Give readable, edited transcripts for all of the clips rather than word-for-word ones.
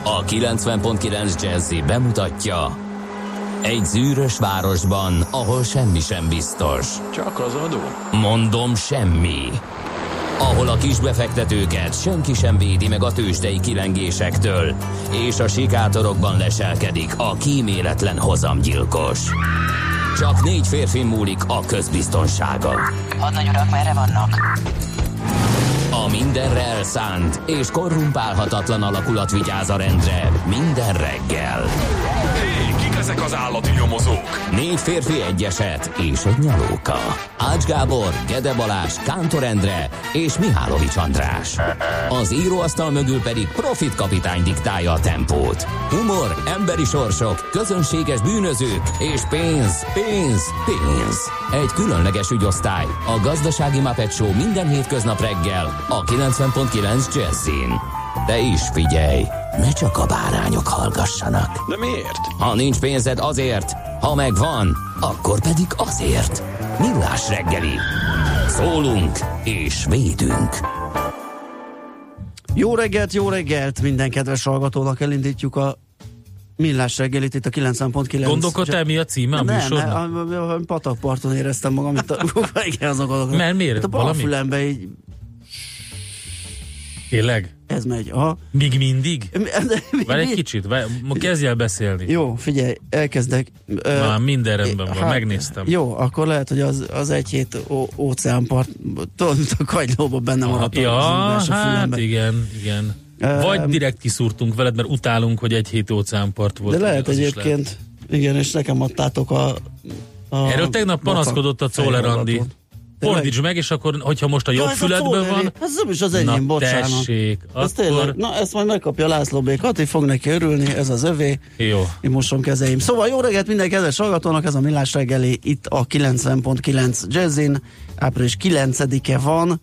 A 90.9 Jazzy bemutatja: egy zűrös városban, ahol semmi sem biztos. Csak az adó? Mondom, semmi. Ahol a kisbefektetőket senki sem védi meg a tőzsdei kilengésektől, és a sikátorokban leselkedik a kíméletlen hozamgyilkos. Csak 4 férfin múlik a közbiztonsága. Hadnagy urak, merre vannak? A mindenre elszánt és korrumpálhatatlan alakulat vigyáz a rendre minden reggel. Hé, kik ezek az állati nyomozók? 4 férfi, egy eset és egy nyalóka. Ács Gábor, Gede Balázs, Kántor Endre és Mihálovics András. Az íróasztal mögül pedig Profit kapitány diktálja a tempót. Humor, emberi sorsok, közönséges bűnözők és pénz, pénz, pénz. Egy különleges ügyosztály, a Gazdasági Muppet Show minden hétköznap reggel a 90.9 Jazzin. De is figyelj, ne csak a bárányok hallgassanak. De miért? Ha nincs pénzed, azért, ha megvan, akkor pedig azért. Millás reggeli. Szólunk és védünk. Jó reggelt minden kedves hallgatónak, elindítjuk a Millás reggelit itt a 90.9. Gondolkodtál, mi a címe a műsornak? Nem, patakparton éreztem magam, itt azon gondolkodom. Mert miért? Hát a balfülembe így... Tényleg? Ez megy, aha. Még mindig? Várj egy kicsit, kezdj el beszélni. Jó, figyelj, elkezdek. Na, minden rendben van, megnéztem. Jó, akkor lehet, hogy az egy hét óceánpart, tudod, mint a kagylóban benne maradt. Ja, hát igen. Vagy direkt kiszúrtunk veled, mert utálunk, hogy egy hét óceánpart volt. De lehet egyébként, igen, és nekem adtátok a erről tegnap panaszkodott a Czoller Andi. Fordíts meg, és akkor, hogyha most a jobb füledben van... Ez nem is az enyém, bocsánat. Tessék, akkor... Na, ezt majd megkapja László B. Kati, fog neki örülni, ez az övé. Jó. Én mosom kezeim. Szóval jó reggelt minden kedves hallgatónak, ez a Millás reggeli itt a 90.9 Jazzin. Április 9-e van.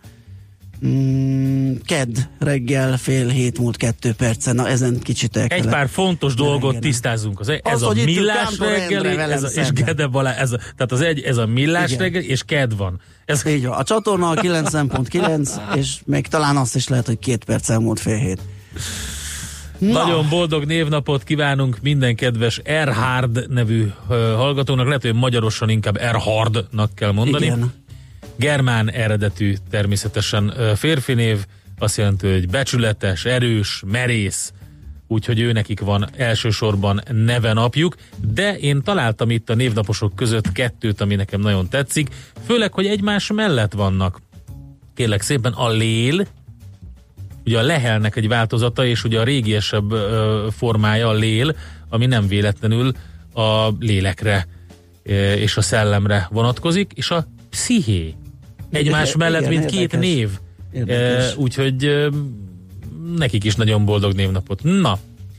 Kedd reggel 6:30 múlt 2 percen. Na, ezen kicsit el egy pár fontos dolgot tisztázzunk. Ez a Millás reggeli, és Gede Balázs, tehát ez a Millás reggeli, és Kedd van. Így van. A csatorna a 90.9, és még talán azt is lehet, hogy 2 perc elmúlt 6:30. Nagyon boldog névnapot kívánunk minden kedves Erhard nevű hallgatónak, lehet, hogy magyarosan inkább Erhardnak kell mondani. Igen. Germán eredetű természetesen férfi név, azt jelenti, hogy becsületes, erős, merész, úgyhogy ő nekik van elsősorban nevenapjuk, de én találtam itt a névnaposok között 2, ami nekem nagyon tetszik, főleg, hogy egymás mellett vannak. Kérlek szépen, a Lél, ugye a Lehelnek egy változata, és ugye a régiesebb formája a Lél, ami nem véletlenül a lélekre és a szellemre vonatkozik, és a Psziché. Egymás mellett, igen, mint 2 név. Úgyhogy nekik is nagyon boldog névnapot. Na,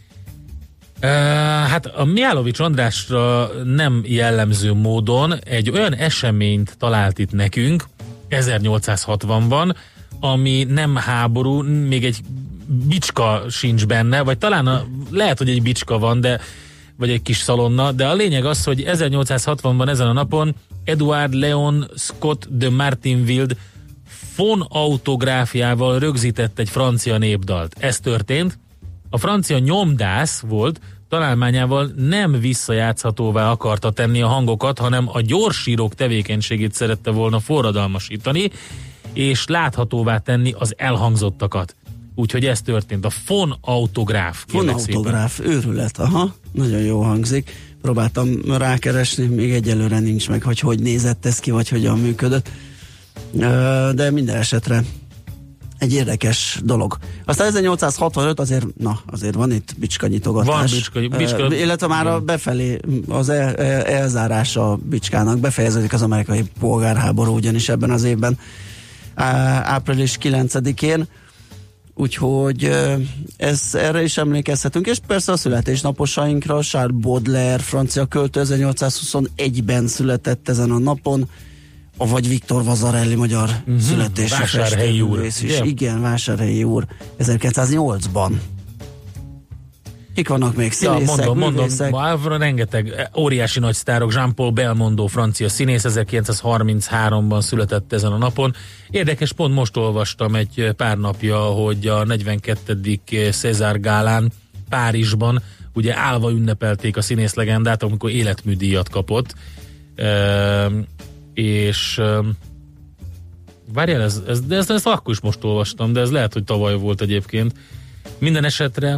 hát a Mihálovics Andrásra nem jellemző módon egy olyan eseményt talált itt nekünk 1860-ban, ami nem háború, még egy bicska sincs benne, vagy talán lehet, hogy egy bicska van, de vagy egy kis szalonna, de a lényeg az, hogy 1860-ban ezen a napon Edward Leon Scott de Martinville fonautográfiával rögzített egy francia népdalt. Ez történt. A francia nyomdász volt, találmányával nem visszajátszhatóvá akarta tenni a hangokat, hanem a gyorsírók tevékenységét szerette volna forradalmasítani, és láthatóvá tenni az elhangzottakat. Úgyhogy ez történt. A fonautográf. Fonautográf, őrület, aha. Nagyon jó hangzik. Próbáltam rákeresni, még egyelőre nincs meg, hogy nézett ez ki, vagy hogyan működött. De minden esetre egy érdekes dolog. Aztán 1865 azért van itt bicskanyitogatás. Van bicska. Illetve már a befelé az elzárása a bicskának befejeződik az amerikai polgárháború ugyanis ebben az évben. Április 9-én. Úgyhogy erre is emlékezhetünk, és persze a születésnaposainkra. Charles Baudelaire, francia költő, 1821-ben született ezen a napon, vagy Viktor Vasarely, magyar születésű Vásárhelyi úr. Igen, Vásárhelyi úr, 1908-ban. Kik vannak még? Színészek, mondom, rengeteg óriási nagy sztárok. Jean-Paul Belmondo, francia színész, 1933-ban született ezen a napon. Érdekes, pont most olvastam egy pár napja, hogy a 42. César gálán Párizsban ugye állva ünnepelték a színész legendát, amikor életműdíjat kapott. És várjál, ezt akkor is most olvastam, de ez lehet, hogy tavaly volt egyébként. Minden esetre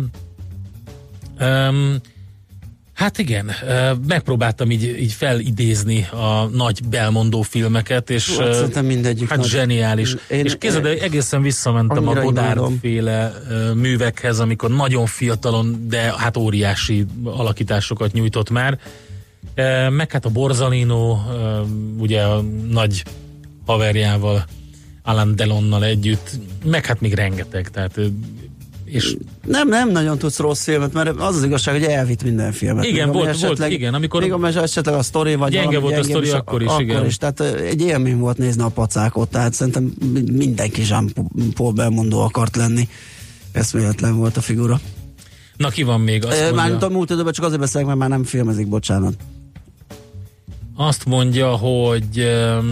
hát igen, megpróbáltam így felidézni a nagy Belmondo filmeket, és hát zseniális. És kézzel, de egészen visszamentem a Godard-féle művekhez, amikor nagyon fiatalon, de hát óriási alakításokat nyújtott már. Meg hát a Borzalino, ugye a nagy haverjával, Alain Delonnal együtt, meg hát még rengeteg, tehát és nem nagyon tudsz rossz filmet, mert az igazság, hogy elvitt minden filmet. Igen, volt, igen, amikor még esetleg a sztori, vagy gyenge volt a sztori, akkor is. Tehát egy élmény volt nézni a pacákot, tehát szerintem mindenki Jean-Paul Belmondo akart lenni. Eszméletlen volt a figura. Na, ki van még? Már nem tudom, múlt időben csak azért beszélek, mert már nem filmezik, bocsánat. Azt mondja, hogy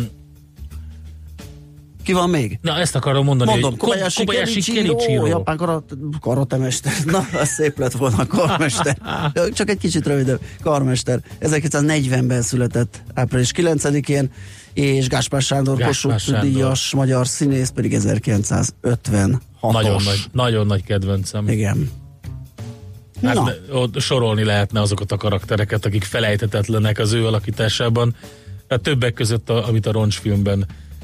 ki van még? Na, ezt akarom mondani. Mondom, Kobayashi Kenichiro. Japán karatemester. Na, az szép lett volna, karmester. Csak egy kicsit rövidebb. Karmester. 1940-ben született április 9-én, és Gáspár Sándor Kossuth díjas magyar színész pedig 1956-os. Nagyon nagy kedvencem. Igen. Hát ott sorolni lehetne azokat a karaktereket, akik felejthetetlenek az ő alakításában. Hát többek között, amit a Roncs-filmben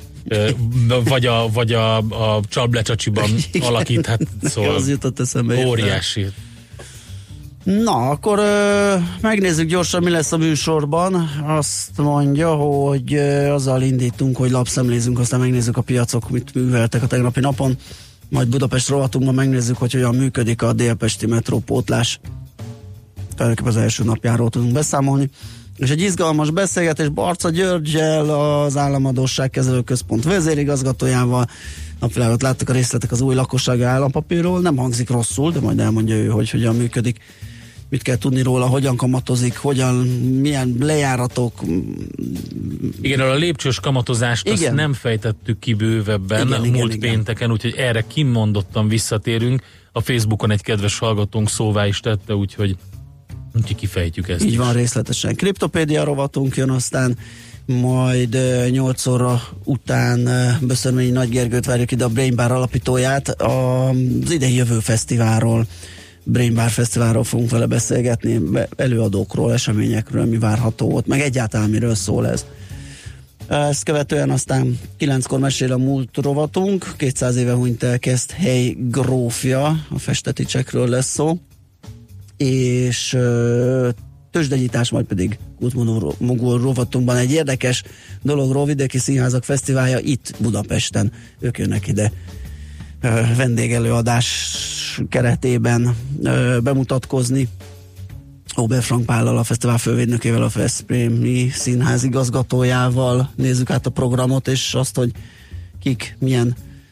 vagy a Csalblecsacsiban alakít, hát szóval az jutott eszembe. Óriási. Na, akkor megnézzük gyorsan, mi lesz a műsorban. Azt mondja, hogy azzal indítunk, hogy lapszemlézünk, aztán megnézzük a piacok, mit műveltek a tegnapi napon. Majd Budapest rovatunkban megnézzük, hogy hogyan működik a délpesti metrópótlás. Tehát az első napjáról tudunk beszámolni. És egy izgalmas beszélgetés Barca Györggyel, az Államadósságkezelő Központ vezérigazgatójával. Napvilágot láttak a részletek az új lakossági állampapírról. Nem hangzik rosszul, de majd elmondja ő, hogy hogyan működik. Mit kell tudni róla, hogyan kamatozik, milyen lejáratok. Igen, a lépcsős kamatozást azt nem fejtettük ki bővebben múlt pénteken, úgyhogy erre kimondottan visszatérünk. A Facebookon egy kedves hallgatónk szóvá is tette, úgyhogy kifejtjük ezt. Így van, részletesen. Kriptopédia rovatunk jön, aztán majd 8 óra után Böszörményi Nagy Gergőt várjuk ide, a Brain Bar alapítóját, az idei Jövő Fesztiválról, Brain Bar Fesztiválról fogunk vele beszélgetni, előadókról, eseményekről, mi várható ott, meg egyáltalán miről szól ez. Ezt követően aztán 9-kor mesél a múlt rovatunk, 200 éve hunyt el Keszthely grófja, a festeticsekről lesz szó, és tőzsdenyítás, majd pedig Útmogul rovatunkban egy érdekes dologról, Vidéki Színházak Fesztiválja itt Budapesten. Ők jönnek ide vendégelőadás keretében bemutatkozni. Ober Frank Pállal, a fesztivál fővédnökével, a Veszprémi Színház igazgatójával nézzük át a programot, és azt, hogy kik milyen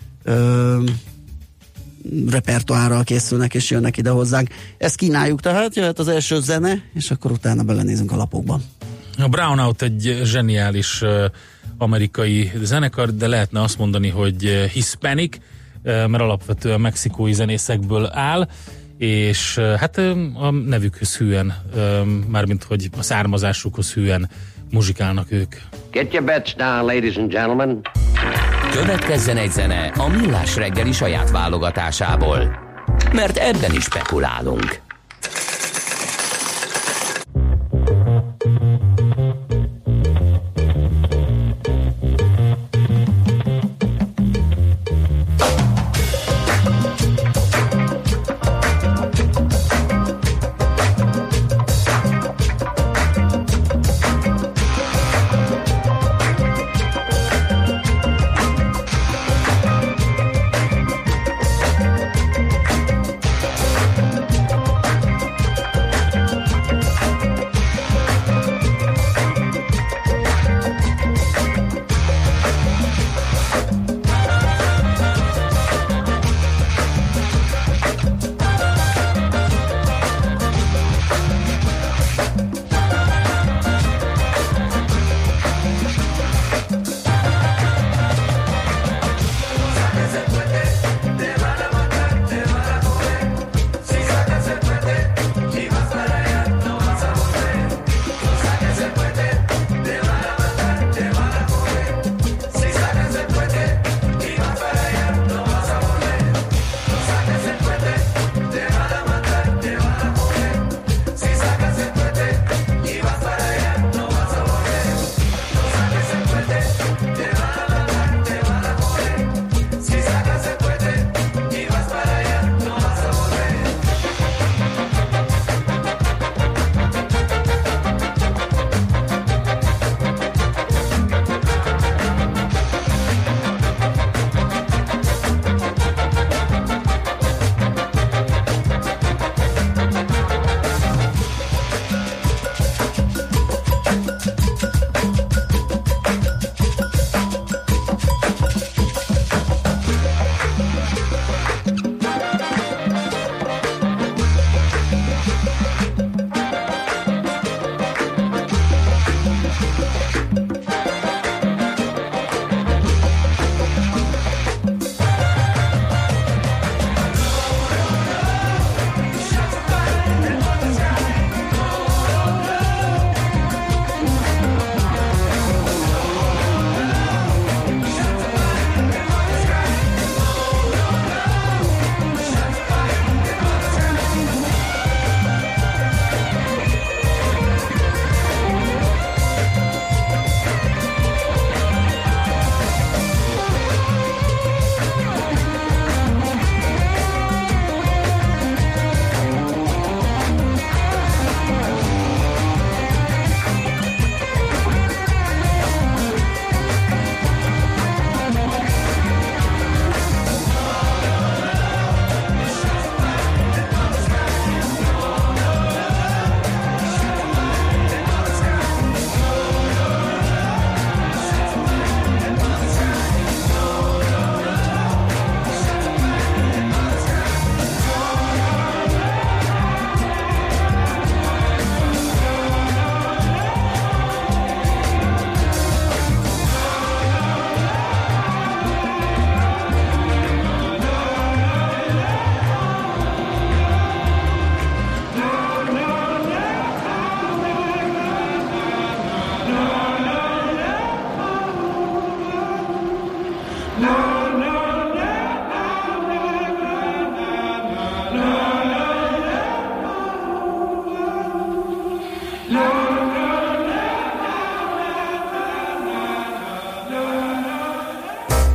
repertoárral készülnek és jönnek ide hozzánk. Ezt kínáljuk, tehát jöhet az első zene, és akkor utána belenézünk a lapokban. A Brownout egy zseniális amerikai zenekar, de lehetne azt mondani, hogy hispanic, mert alapvetően mexikói zenészekből áll, és hát a nevükhöz hűen, mármint hogy a származásukhoz hűen muzsikálnak ők. Get your bets down, ladies and gentlemen. Következzen egy zene a Millás reggeli saját válogatásából, mert ebben is spekulálunk.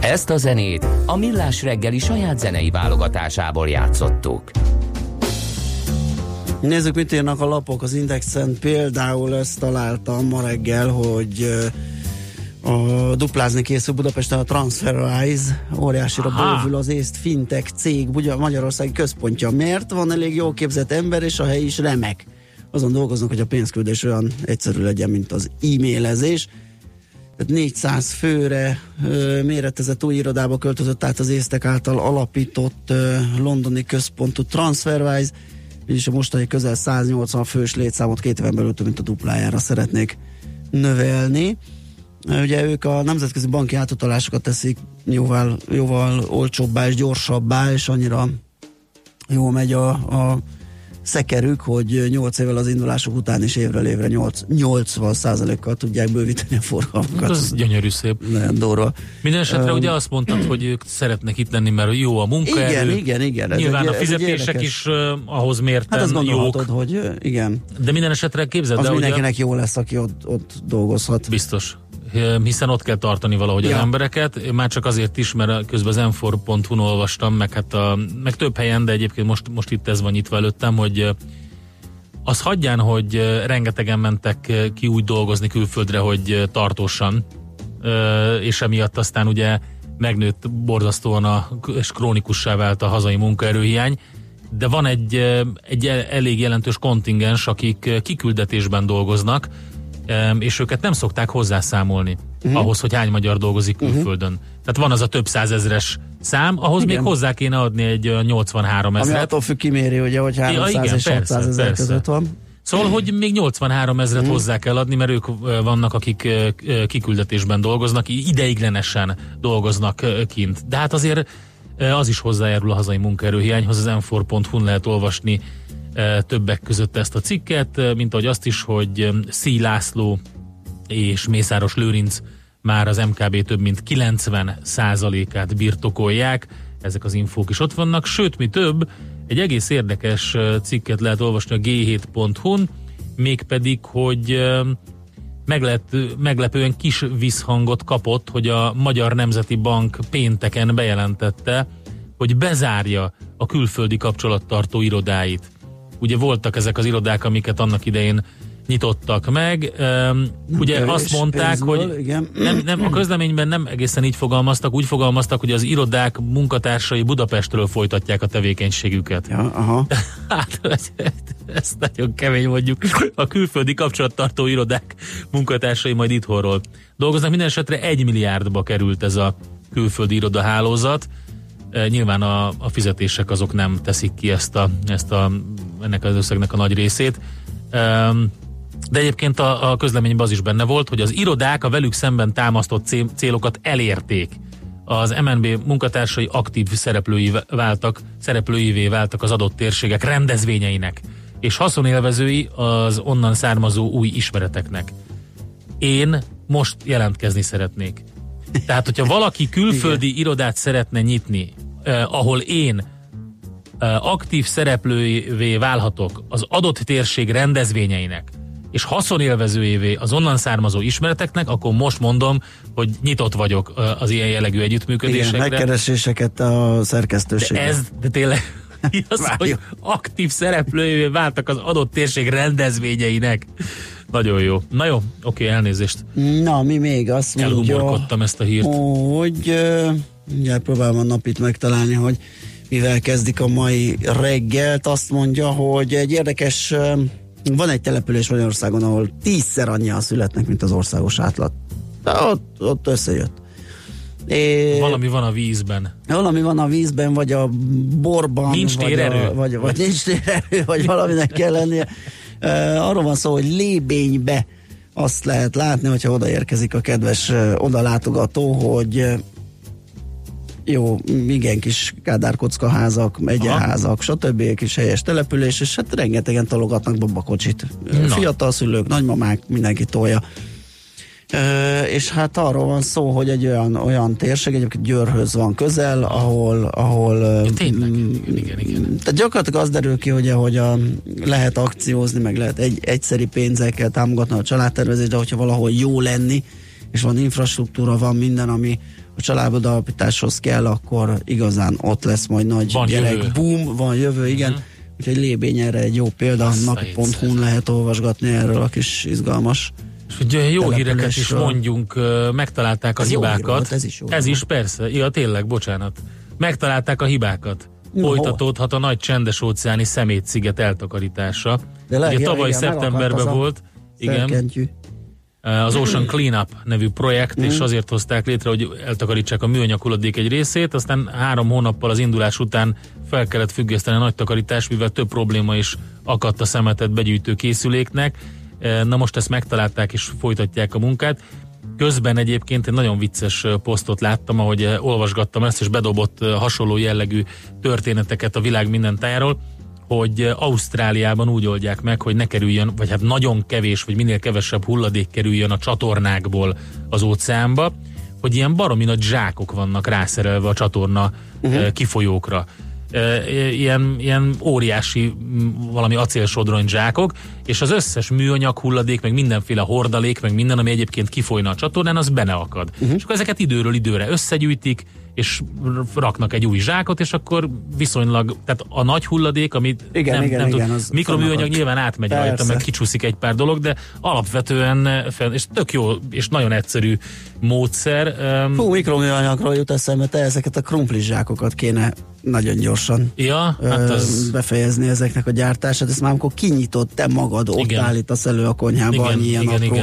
Ezt a zenét a Millás reggeli saját zenei válogatásából játszottuk. Nézzük, mit írnak a lapok az Indexen. Például ezt találtam ma reggel, hogy a duplázni készül Budapesten a TransferWise, óriásira bővül az észt fintech cég Magyarországi központja. Miért? Van elég jól képzett ember, és a hely is remek. Azon dolgoznak, hogy a pénzküldés olyan egyszerű legyen, mint az e-mailezés. 400 főre méretezett új irodába költözött át az észtek által alapított londoni központú TransferWise, és a mostani közel 180 fős létszámot 2 éven belül több mint a duplájára szeretnék növelni. Ugye ők a nemzetközi banki átutalásokat teszik jóval olcsóbbá és gyorsabbá, és annyira jól megy a szekerük, hogy 8 évvel az indulások után is évről évre 80%-kal tudják bővíteni a forgalmukat. Ez gyönyörű szép. Nagyon durva. Minden esetre ugye azt mondtad, hogy ők szeretnek itt lenni, mert jó a munkaerő. Igen. Nyilván a fizetések is ahhoz mérten hát azt gondolhatod, jók. hogy igen. De minden esetre képzeld az el, mindenkinek jó lesz, aki ott dolgozhat. Biztos. Hiszen ott kell tartani valahogy az embereket, már csak azért is, mert közben az m4.hu-n olvastam, meg több helyen, de egyébként most itt ez van nyitva előttem, hogy az hagyján, hogy rengetegen mentek ki úgy dolgozni külföldre, hogy tartósan, és emiatt aztán ugye megnőtt borzasztóan és krónikussá vált a hazai munkaerőhiány, de van egy elég jelentős kontingens, akik kiküldetésben dolgoznak, és őket nem szokták hozzászámolni ahhoz, hogy hány magyar dolgozik külföldön. Tehát van az a több százezres szám, ahhoz még hozzá kéne adni egy 83 ezret. Ami attól függ kiméri, ugye, hogy 300 és 600 ezer között van. Szóval, hogy még 83 ezret hozzá kell adni, mert ők vannak, akik kiküldetésben dolgoznak, ideiglenesen dolgoznak kint. De hát azért az is hozzájárul a hazai munkaerőhiányhoz, az m4.hu-n lehet olvasni többek között ezt a cikket, mint ahogy azt is, hogy Szí László és Mészáros Lőrinc már az MKB több mint 90%-át birtokolják, ezek az infók is ott vannak, sőt, mi több, egy egész érdekes cikket lehet olvasni a g7.hu-n, mégpedig, hogy meglepően kis visszhangot kapott, hogy a Magyar Nemzeti Bank pénteken bejelentette, hogy bezárja a külföldi kapcsolattartó irodáit. Ugye voltak ezek az irodák, amiket annak idején nyitottak meg. Ugye azt mondták, hogy nem, a közleményben nem egészen így fogalmaztak, úgy fogalmaztak, hogy az irodák munkatársai Budapestről folytatják a tevékenységüket. Ja, aha. Hát, ez nagyon kemény, mondjuk. A külföldi kapcsolattartó irodák munkatársai majd itthonról dolgoznak. Minden esetre 1 milliárdba került ez a külföldi irodahálózat. Nyilván a fizetések azok nem teszik ki ennek az összegnek a nagy részét. De egyébként a közleményben az is benne volt, hogy az irodák a velük szemben támasztott célokat elérték. Az MNB munkatársai aktív szereplőivé váltak az adott térségek rendezvényeinek, és haszonélvezői az onnan származó új ismereteknek. Én most jelentkezni szeretnék. Tehát, hogyha valaki külföldi irodát szeretne nyitni, ahol én aktív szereplőivé válhatok az adott térség rendezvényeinek, és haszonélvezőjévé az onnan származó ismereteknek, akkor most mondom, hogy nyitott vagyok az ilyen jellegű együttműködésekre. Igen, megkereséseket a szerkesztőségre. De tényleg az, hogy aktív szereplőjévé váltak az adott térség rendezvényeinek. Nagyon jó. Na jó, oké, elnézést. Na, mi még azt mondja, elhumorkodtam ezt a hírt. Hogy ugye próbálom a napit megtalálni, hogy mivel kezdik a mai reggelt. Azt mondja, hogy egy érdekes, van egy település Magyarországon, ahol 10-szer annyian születnek, mint az országos átlag. De ott összejött. Valami van a vízben. Valami van a vízben, vagy a borban. Nincs térerő. Vagy nincs térerő, vagy valaminek kell lennie. Arról van szó, hogy Lébénybe azt lehet látni, hogyha odaérkezik a kedves odalátogató, hogy jó, igen kis kádárkockaházak, megyeházak, stb. Kis helyes település, és hát rengetegen tologatnak babakocsit. Fiatal szülők, nagymamák, mindenki tolja. És hát arról van szó, hogy egy olyan térség, egyébként Győrhöz van közel, ahol tényleg, igen. Tehát gyakorlatilag az derül ki, hogy lehet akciózni, meg lehet egyszeri pénzekkel támogatni a családtervezést, de hogyha valahol jó lenni, és van infrastruktúra, van minden, ami a családalapításhoz kell, akkor igazán ott lesz majd nagy van gyerek, jövő. boom, van jövő, igen. Úgyhogy Lébény erre egy jó példa, napi.hu-n lehet olvasgatni erről a kis izgalmas. És ugye jó híreket is mondjunk, megtalálták a hibákat. Ez is persze, ja tényleg, bocsánat. Megtalálták a hibákat. Folytatódhat a nagy csendes óceáni szemétsziget eltakarítása. Ugye tavaly szeptemberben volt, igen, az Ocean Cleanup nevű projekt, és azért hozták létre, hogy eltakarítsák a műanyag hulladék egy részét, aztán 3 hónappal az indulás után fel kellett függeszteni a nagy takarítást, mivel több probléma is akadt a szemetet begyűjtő készüléknek. Na most ezt megtalálták és folytatják a munkát. Közben egyébként egy nagyon vicces posztot láttam, ahogy olvasgattam ezt, és bedobott hasonló jellegű történeteket a világ minden tájáról, hogy Ausztráliában úgy oldják meg, hogy ne kerüljön, vagy hát nagyon kevés, vagy minél kevesebb hulladék kerüljön a csatornákból az óceánba, hogy ilyen baromi nagy zsákok vannak rászerelve a csatorna kifolyókra. Ilyen óriási valami acélsodrony zsákok, és az összes műanyag hulladék, meg mindenféle hordalék, meg minden, ami egyébként kifolyna a csatornán, az benne akad. És akkor ezeket időről időre összegyűjtik, és raknak egy új zsákot, és akkor viszonylag, tehát a nagy hulladék, amit nem tud, mikroműanyag nyilván átmegy rajta, meg kicsúszik egy pár dolog, de alapvetően, és tök jó, és nagyon egyszerű módszer. Mikroműanyagról jut eszembe, te ezeket a krumplis zsákokat kéne nagyon gyorsan befejezni ezeknek a gyártását, ezt már amikor kinyitod, te magad ott állítasz elő a konyhába, annyi ilyen apró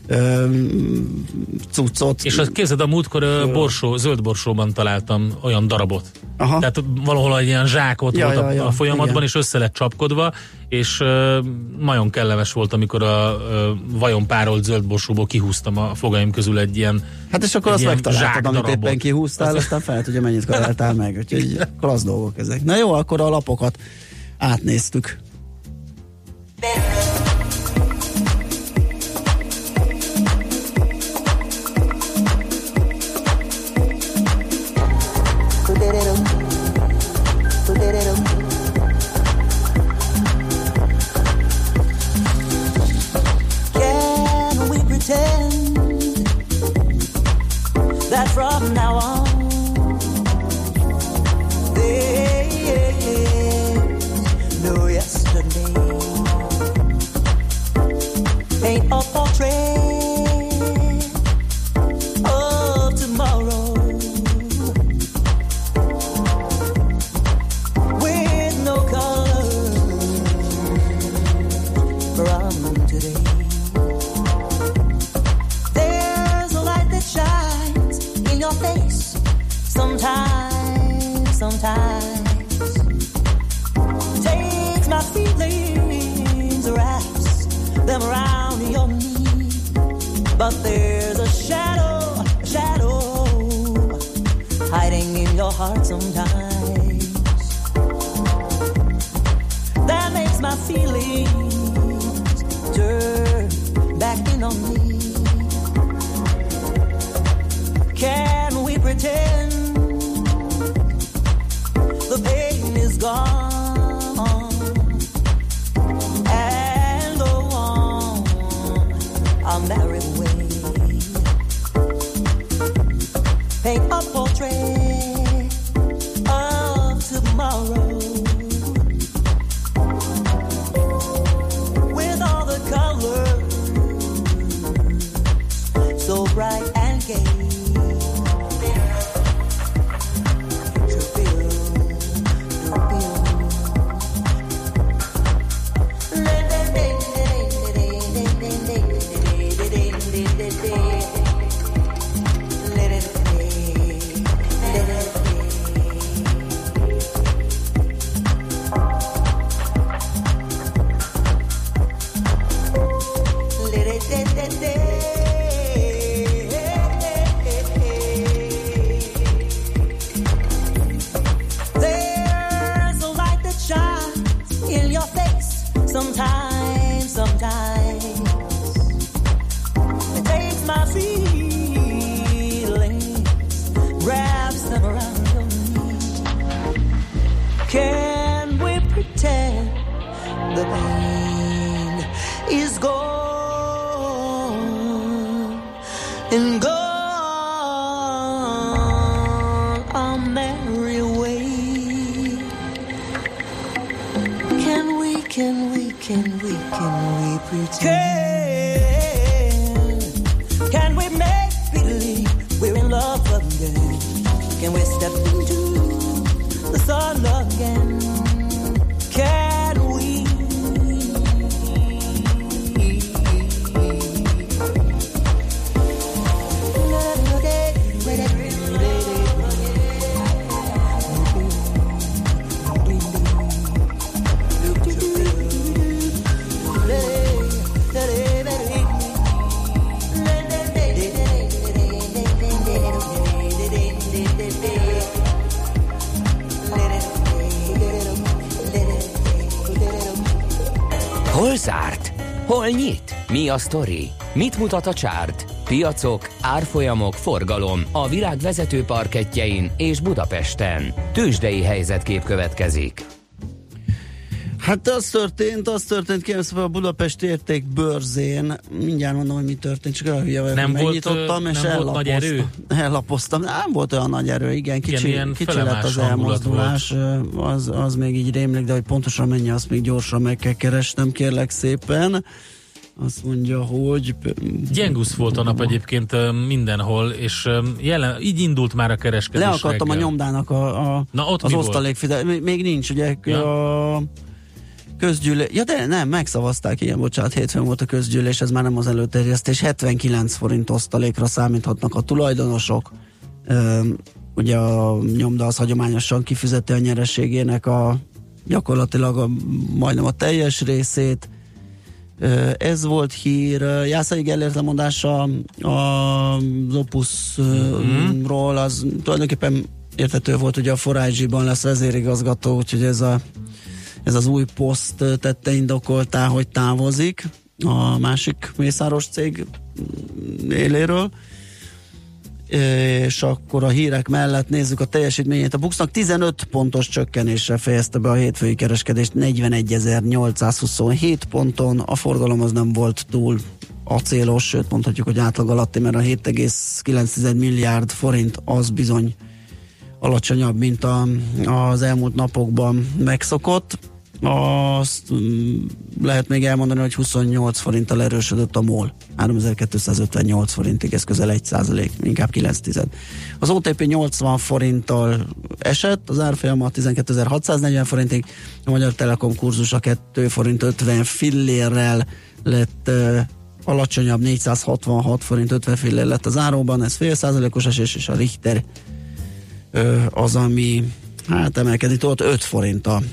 cuccot. És képzeld, a múltkor zöld borsóban találtam olyan darabot. Aha. Tehát valahol egy ilyen zsákot volt a folyamatban, igen. És össze lett csapkodva, és nagyon kellemes volt, amikor a vajon párolt zöld borsóból kihúztam a fogaim közül egy ilyen hát és akkor azt megtaláltad, amit éppen kihúztál, aztán fel tudja, mennyit karáltál meg. Úgyhogy klassz dolgok ezek. Na jó, akkor a lapokat átnéztük. Can we pretend that from now on no yesterday? Paint a portrait of tomorrow with no color from today. There's a light that shines in your face sometimes takes my feelings, wraps them around your knee. But there's a shadow hiding in your heart sometimes that makes my feelings turn back in on me. Can we pretend the pain is gone and go on our merry way? Paint a portrait of tomorrow with all the colors so bright and gay. And gone pretend? Can we make believe we're in love again? Can we step into the sun again? Can we? Hol zárt? Hol nyit? Mi a sztori? Mit mutat a csárt? Piacok, árfolyamok, forgalom a világ vezető parkettjein és Budapesten. Tőzsdei helyzetkép következik. Hát az történt, kérem szépen a Budapesti Értékbörzén, mindjárt mondom, hogy mi történt, csak olyan hülye vagyok, nem megnyitottam, és volt nagy erő? ellapoztam. Nem volt olyan nagy erő, igen, kicsi lett az elmozdulás, az még így rémlik, de hogy pontosan mennyi, azt még gyorsan meg kell keresnem, kérlek szépen. Azt mondja, hogy... Gyengusz volt a nap egyébként mindenhol, és így indult már a kereskedés. Leakadtam a nyomdának az osztalékfizet. Még nincs, ugye a közgyűlés... Ja, de nem, megszavazták, ilyen, bocsánat, hétfőn volt a közgyűlés, ez már nem az előterjesztés. 79 forint osztalékra számíthatnak a tulajdonosok. Ugye a nyomda az hagyományosan kifizeti a nyereségének gyakorlatilag majdnem a teljes részét. Ez volt hír. Jászai Gellért lemondása az Opusról, az tulajdonképpen érthető volt, hogy a Forage-ban lesz vezérigazgató, úgyhogy ez az új poszt tette indokoltá, hogy távozik a másik mészáros cég éléről. És akkor a hírek mellett nézzük a teljesítményét. A Buxnak 15 pontos csökkenésre fejezte be a hétfői kereskedést 41.827 ponton. A forgalom az nem volt túl acélos, sőt mondhatjuk, hogy átlag alatti, mert a 7,9 milliárd forint az bizony alacsonyabb, mint az elmúlt napokban megszokott. Azt lehet még elmondani, hogy 28 forinttal erősödött a MOL. 3258 forintig, ez közel 1%, inkább 9%. Az OTP 80 forinttal esett, az árfolyama 12.640 forintig, a Magyar Telekom kurzusa 2 forint 50 fillérrel lett alacsonyabb, 466 forint 50 fillér lett az áróban, ez fél százalékos esés, és a Richter az, ami emelkedni tudott 5 forint a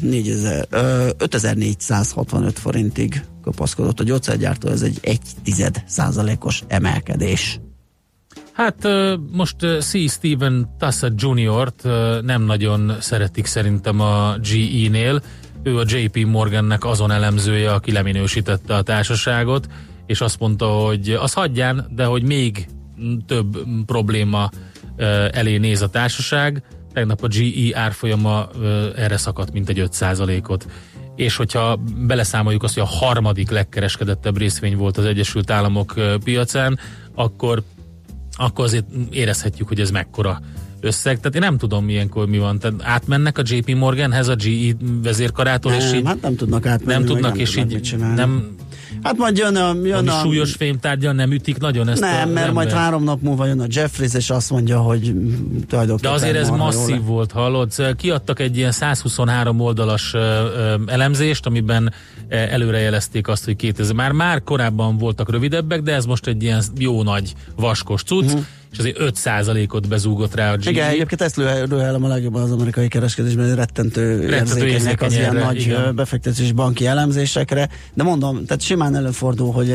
5465 forintig kapaszkodott a gyógyszergyártó, ez egy 1,1%-os emelkedés. Hát most C. Stephen Tussett Jr.-t nem nagyon szeretik szerintem a GE-nél. Ő a JP Morgannek azon elemzője, aki leminősítette a társaságot, és azt mondta, hogy az hagyján, de hogy még több probléma elé néz a társaság. Tegnap a GE árfolyama erre szakadt mint egy 5%-ot. És hogyha beleszámoljuk azt, hogy a harmadik legkereskedettebb részvény volt az Egyesült Államok piacán, akkor azért érezhetjük, hogy ez mekkora összeg. Tehát én nem tudom ilyenkor mi van. Tehát átmennek a JP Morganhez a GE vezérkarától, és így hát nem tudnak átmenni. Nem tudnak, és így nem... Hát majd jön a súlyos fémtárgyal nem ütik nagyon ezt. Nem, mert majd 3 nap múlva jön a Jeffries, és azt mondja, hogy tulajdonképpen... De azért ez masszív volt, hallod? Kiadtak egy ilyen 123 oldalas elemzést, amiben előrejelezték azt, hogy 2000... Már korábban voltak rövidebbek, de ez most egy ilyen jó nagy vaskos cucc, és azért 5%-ot bezúgott rá a GE. Igen, egyébként ezt lőhelem a legjobban az amerikai kereskedésben, rettentő érzékenyek az ilyen nagy befektetés banki elemzésekre, de mondom, tehát simán előfordul, hogy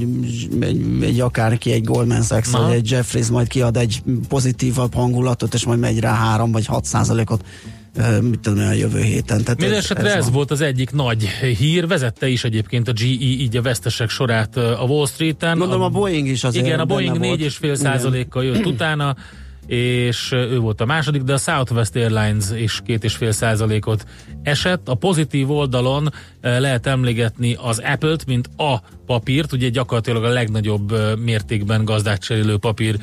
egy akárki, egy Goldman Sachs, vagy egy Jeffries majd kiad egy pozitívabb hangulatot, és majd megy rá 3 vagy 6%-ot mit tudom, a jövő héten. Mindenesetre ez volt az egyik nagy hír, vezette is egyébként a GE így a vesztesek sorát a Wall Street-en. Mondom, a Boeing is azért. Igen, a Boeing 4,5%-kal jött utána, és ő volt a második, de a Southwest Airlines is 2,5%-ot esett. A pozitív oldalon lehet emlegetni az Apple-t, mint a papírt, ugye gyakorlatilag a legnagyobb mértékben gazdát cserélő papír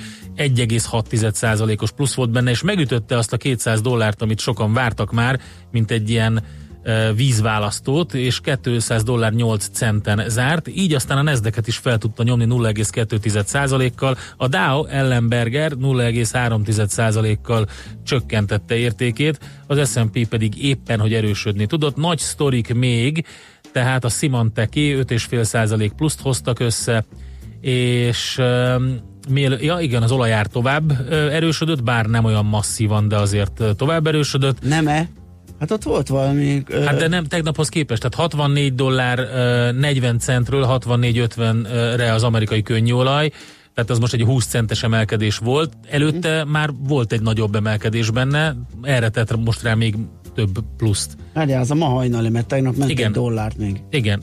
1,6%-os plusz volt benne, és megütötte azt a $200, amit sokan vártak már, mint egy ilyen vízválasztót, és $200.08 zárt, így aztán a Nasdaqet is fel tudta nyomni 0,2%-kal, a Dow Ellenberger 0,3%-kal csökkentette értékét, az S&P pedig éppen, hogy erősödni tudott. Nagy sztorik még, tehát a Symantecé 5,5% pluszt hoztak össze, és igen, az olajár tovább erősödött, bár nem olyan masszívan, de azért tovább erősödött. Nem-e? Hát ott volt valami... Hát de nem tegnaphoz képest, tehát $64.40-ről 64.50-re az amerikai könnyűolaj, tehát az most egy 20 centes emelkedés volt. Előtte már volt egy nagyobb emelkedés benne, erre tett most rá még több pluszt. Várjál, az a ma hajnali, mert tegnap ment igen. $1 még. Igen.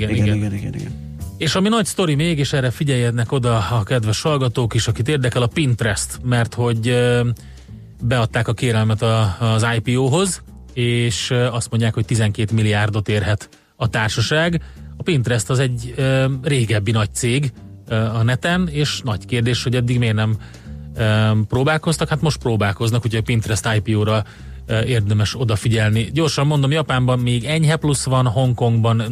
És ami nagy sztori még, és erre figyeljenek oda a kedves hallgatók is, akit érdekel, a Pinterest, mert hogy beadták a kérelmet az IPO-hoz, és azt mondják, hogy 12 milliárdot érhet a társaság. A Pinterest az egy régebbi nagy cég a neten, és nagy kérdés, hogy eddig miért nem próbálkoztak. Hát most próbálkoznak, úgyhogy a Pinterest IPO-ra érdemes odafigyelni. Gyorsan mondom, Japánban még enyhe plusz van, Hongkongban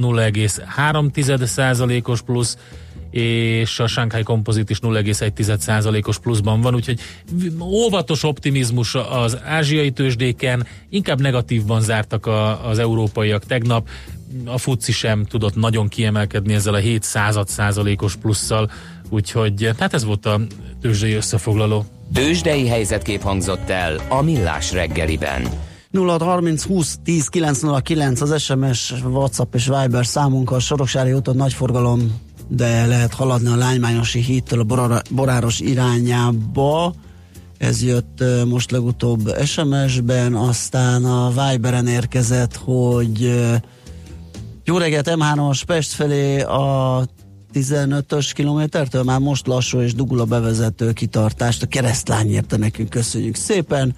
0,3%-os plusz, és a Shanghai Composite is 0,1%-os pluszban van, úgyhogy óvatos optimizmus az ázsiai tőzsdéken, inkább negatívban zártak az európaiak tegnap, a FTSE sem tudott nagyon kiemelkedni ezzel a 0,07%-os plusszal, úgyhogy hát ez volt a tőzsdei összefoglaló. Tőzsdei helyzetkép hangzott el a Millás reggeliben. 0630 20 10 909 az SMS, WhatsApp és Viber számunkkal. Soroksári úton nagy forgalom, de lehet haladni a Lánymányosi hídtől a Boráros irányába. Ez jött most legutóbb SMS-ben, aztán a Viberen érkezett, hogy jó reggelt, M3-as Pest felé a 15-ös kilométertől már most lassú és dugul a bevezető kitartást. A Keresztlány érte nekünk, köszönjük szépen.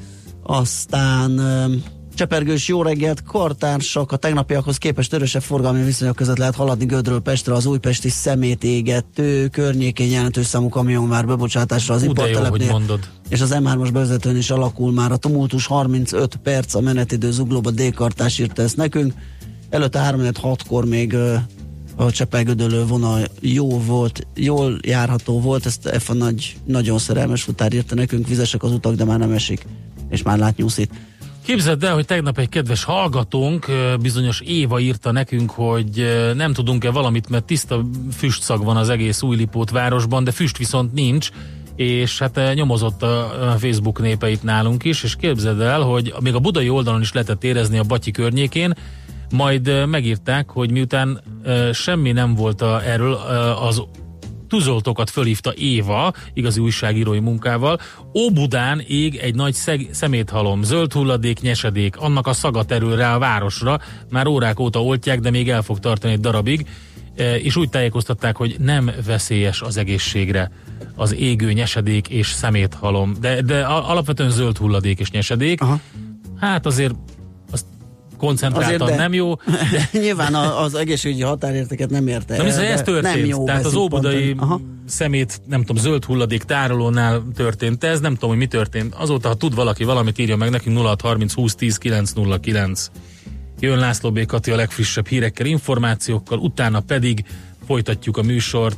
Aztán Csepergős jó reggelt, kartársak, a tegnapiakhoz képest erősebb forgalmi viszonyok között lehet haladni Gödről Pestre, az újpesti szemétégető környékén jelentős számú kamion már bebocsátásra az ipartelepnél, és az M3-as bevezetőn is alakul már a tumultus. 35 perc a menetidő Zuglóba, D-kartás írta ezt nekünk. Előtte 3-6-kor még a Csepel-Gödöllő vonal jó volt, jól járható volt, ezt F a nagyon szerelmes futár írta nekünk, vizesek az utak, de már nem esik, és már lát nyúszít. Képzeld el, hogy tegnap egy kedves hallgatónk, bizonyos Éva írta nekünk, hogy nem tudunk-e valamit, mert tiszta füstszag van az egész Újlipót városban, de füst viszont nincs, és hát nyomozott a Facebook népeit nálunk is, és képzeld el, hogy még a budai oldalon is lehetett érezni a Batyi környékén, majd megírták, hogy miután semmi nem volt erről, az tűzoltókat fölhívta Éva, igazi újságírói munkával. Óbudán ég egy nagy szeméthalom, zöld hulladék, nyesedék, annak a szaga terül rá a városra, már órák óta oltják, de még el fog tartani egy darabig, és úgy tájékoztatták, hogy nem veszélyes az egészségre az égő nyesedék és szeméthalom, de alapvetően zöld hulladék és nyesedék. Aha. Hát azért koncentráltan nem jó. De nyilván az egészségügyi határértéket nem érte. Na, ez történt. Jó, tehát az óbudai szemét, nem tudom, zöld hulladék tárolónál történt ez, nem tudom, hogy mi történt. Azóta, ha tud valaki valamit, írja meg nekünk 0630 20 10 909. Jön László B. Kati a legfrissebb hírekkel, információkkal, utána pedig folytatjuk a műsort,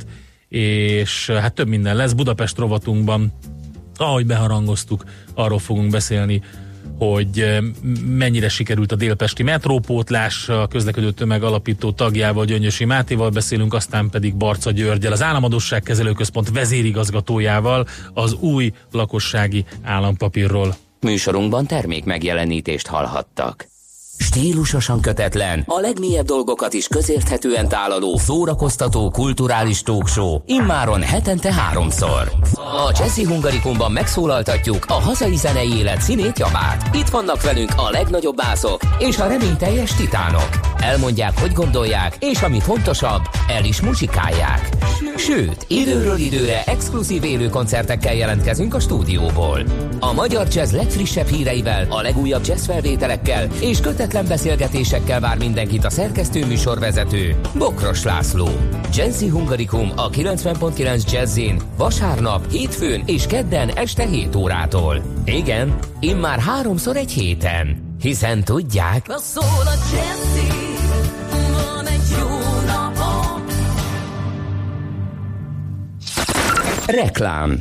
és hát több minden lesz. Budapest rovatunkban, ahogy beharangoztuk, arról fogunk beszélni, hogy mennyire sikerült a délpesti metrópótlás, a közlekedő tömeg alapító tagjával, Gyöngyösi Mátéval beszélünk, aztán pedig Barca Györggyel, az Államadósságkezelő Központ vezérigazgatójával az új lakossági állampapírról. Műsorunkban termék megjelenítést hallhattak. Stílusosan kötetlen, a legmélyebb dolgokat is közérthetően tálaló, szórakoztató, kulturális talkshow, immáron hetente 3-szor. A Jazzy Hungarikumban megszólaltatjuk a hazai zenei élet színét, javát. Itt vannak velünk a legnagyobb bászok és a reményteljes titánok. elmondják, hogy gondolják, és ami fontosabb, el is muzsikálják. Sőt, időről időre exkluzív élő koncertekkel jelentkezünk a stúdióból. A magyar jazz legfrissebb híreivel, a legújabb jazz felvételekkel és kötetlen beszélgetésekkel vár mindenkit a szerkesztő műsorvezető, Bokros László. Jazzy Hungarikum a 90.9 Jazzin vasárnap, hétfőn és kedden este 7 órától. Igen, immár 3-szor egy héten. Hiszen tudják... Szól a Jazzy, van egy jó napom. Reklám.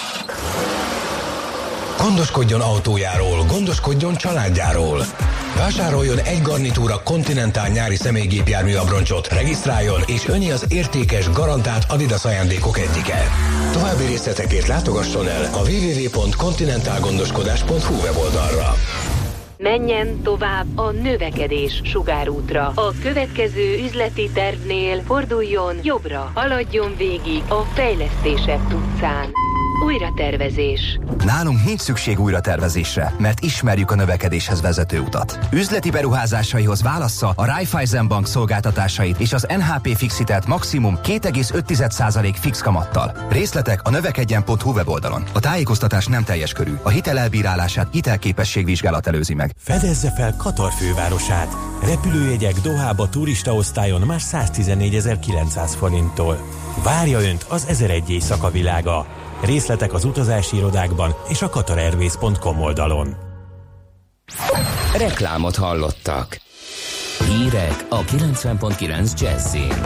Gondoskodjon autójáról, gondoskodjon családjáról. Vásároljon egy garnitúra Continental nyári személygépjármű abroncsot, regisztráljon, és öné az értékes, garantált Adidas ajándékok egyike. További részletekért látogasson el a www.continentalgondoskodás.hu weboldalra. Menjen tovább a növekedés sugárútra. A következő üzleti tervnél forduljon jobbra, haladjon végig a fejlesztések utcán. Újratervezés. Nálunk nincs szükség újratervezésre, mert ismerjük a növekedéshez vezető utat. Üzleti beruházásaihoz válassza a Raiffeisen Bank szolgáltatásait és az NHP Fixitet maximum 2,5% fix kamattal. Részletek a növekedjen.hu weboldalon. A tájékoztatás nem teljes körű. A hitel elbírálását hitelképességvizsgálat előzi meg. Fedezze fel Katar fővárosát. Repülőjegyek Dohába turistaosztályon már 114.900 forinttól. Várja Önt az 1001 éjszaka világa. Részletek az utazási irodákban és a qatarairways.com oldalon. Reklámot hallottak. Hírek a 90.9 Jazzin.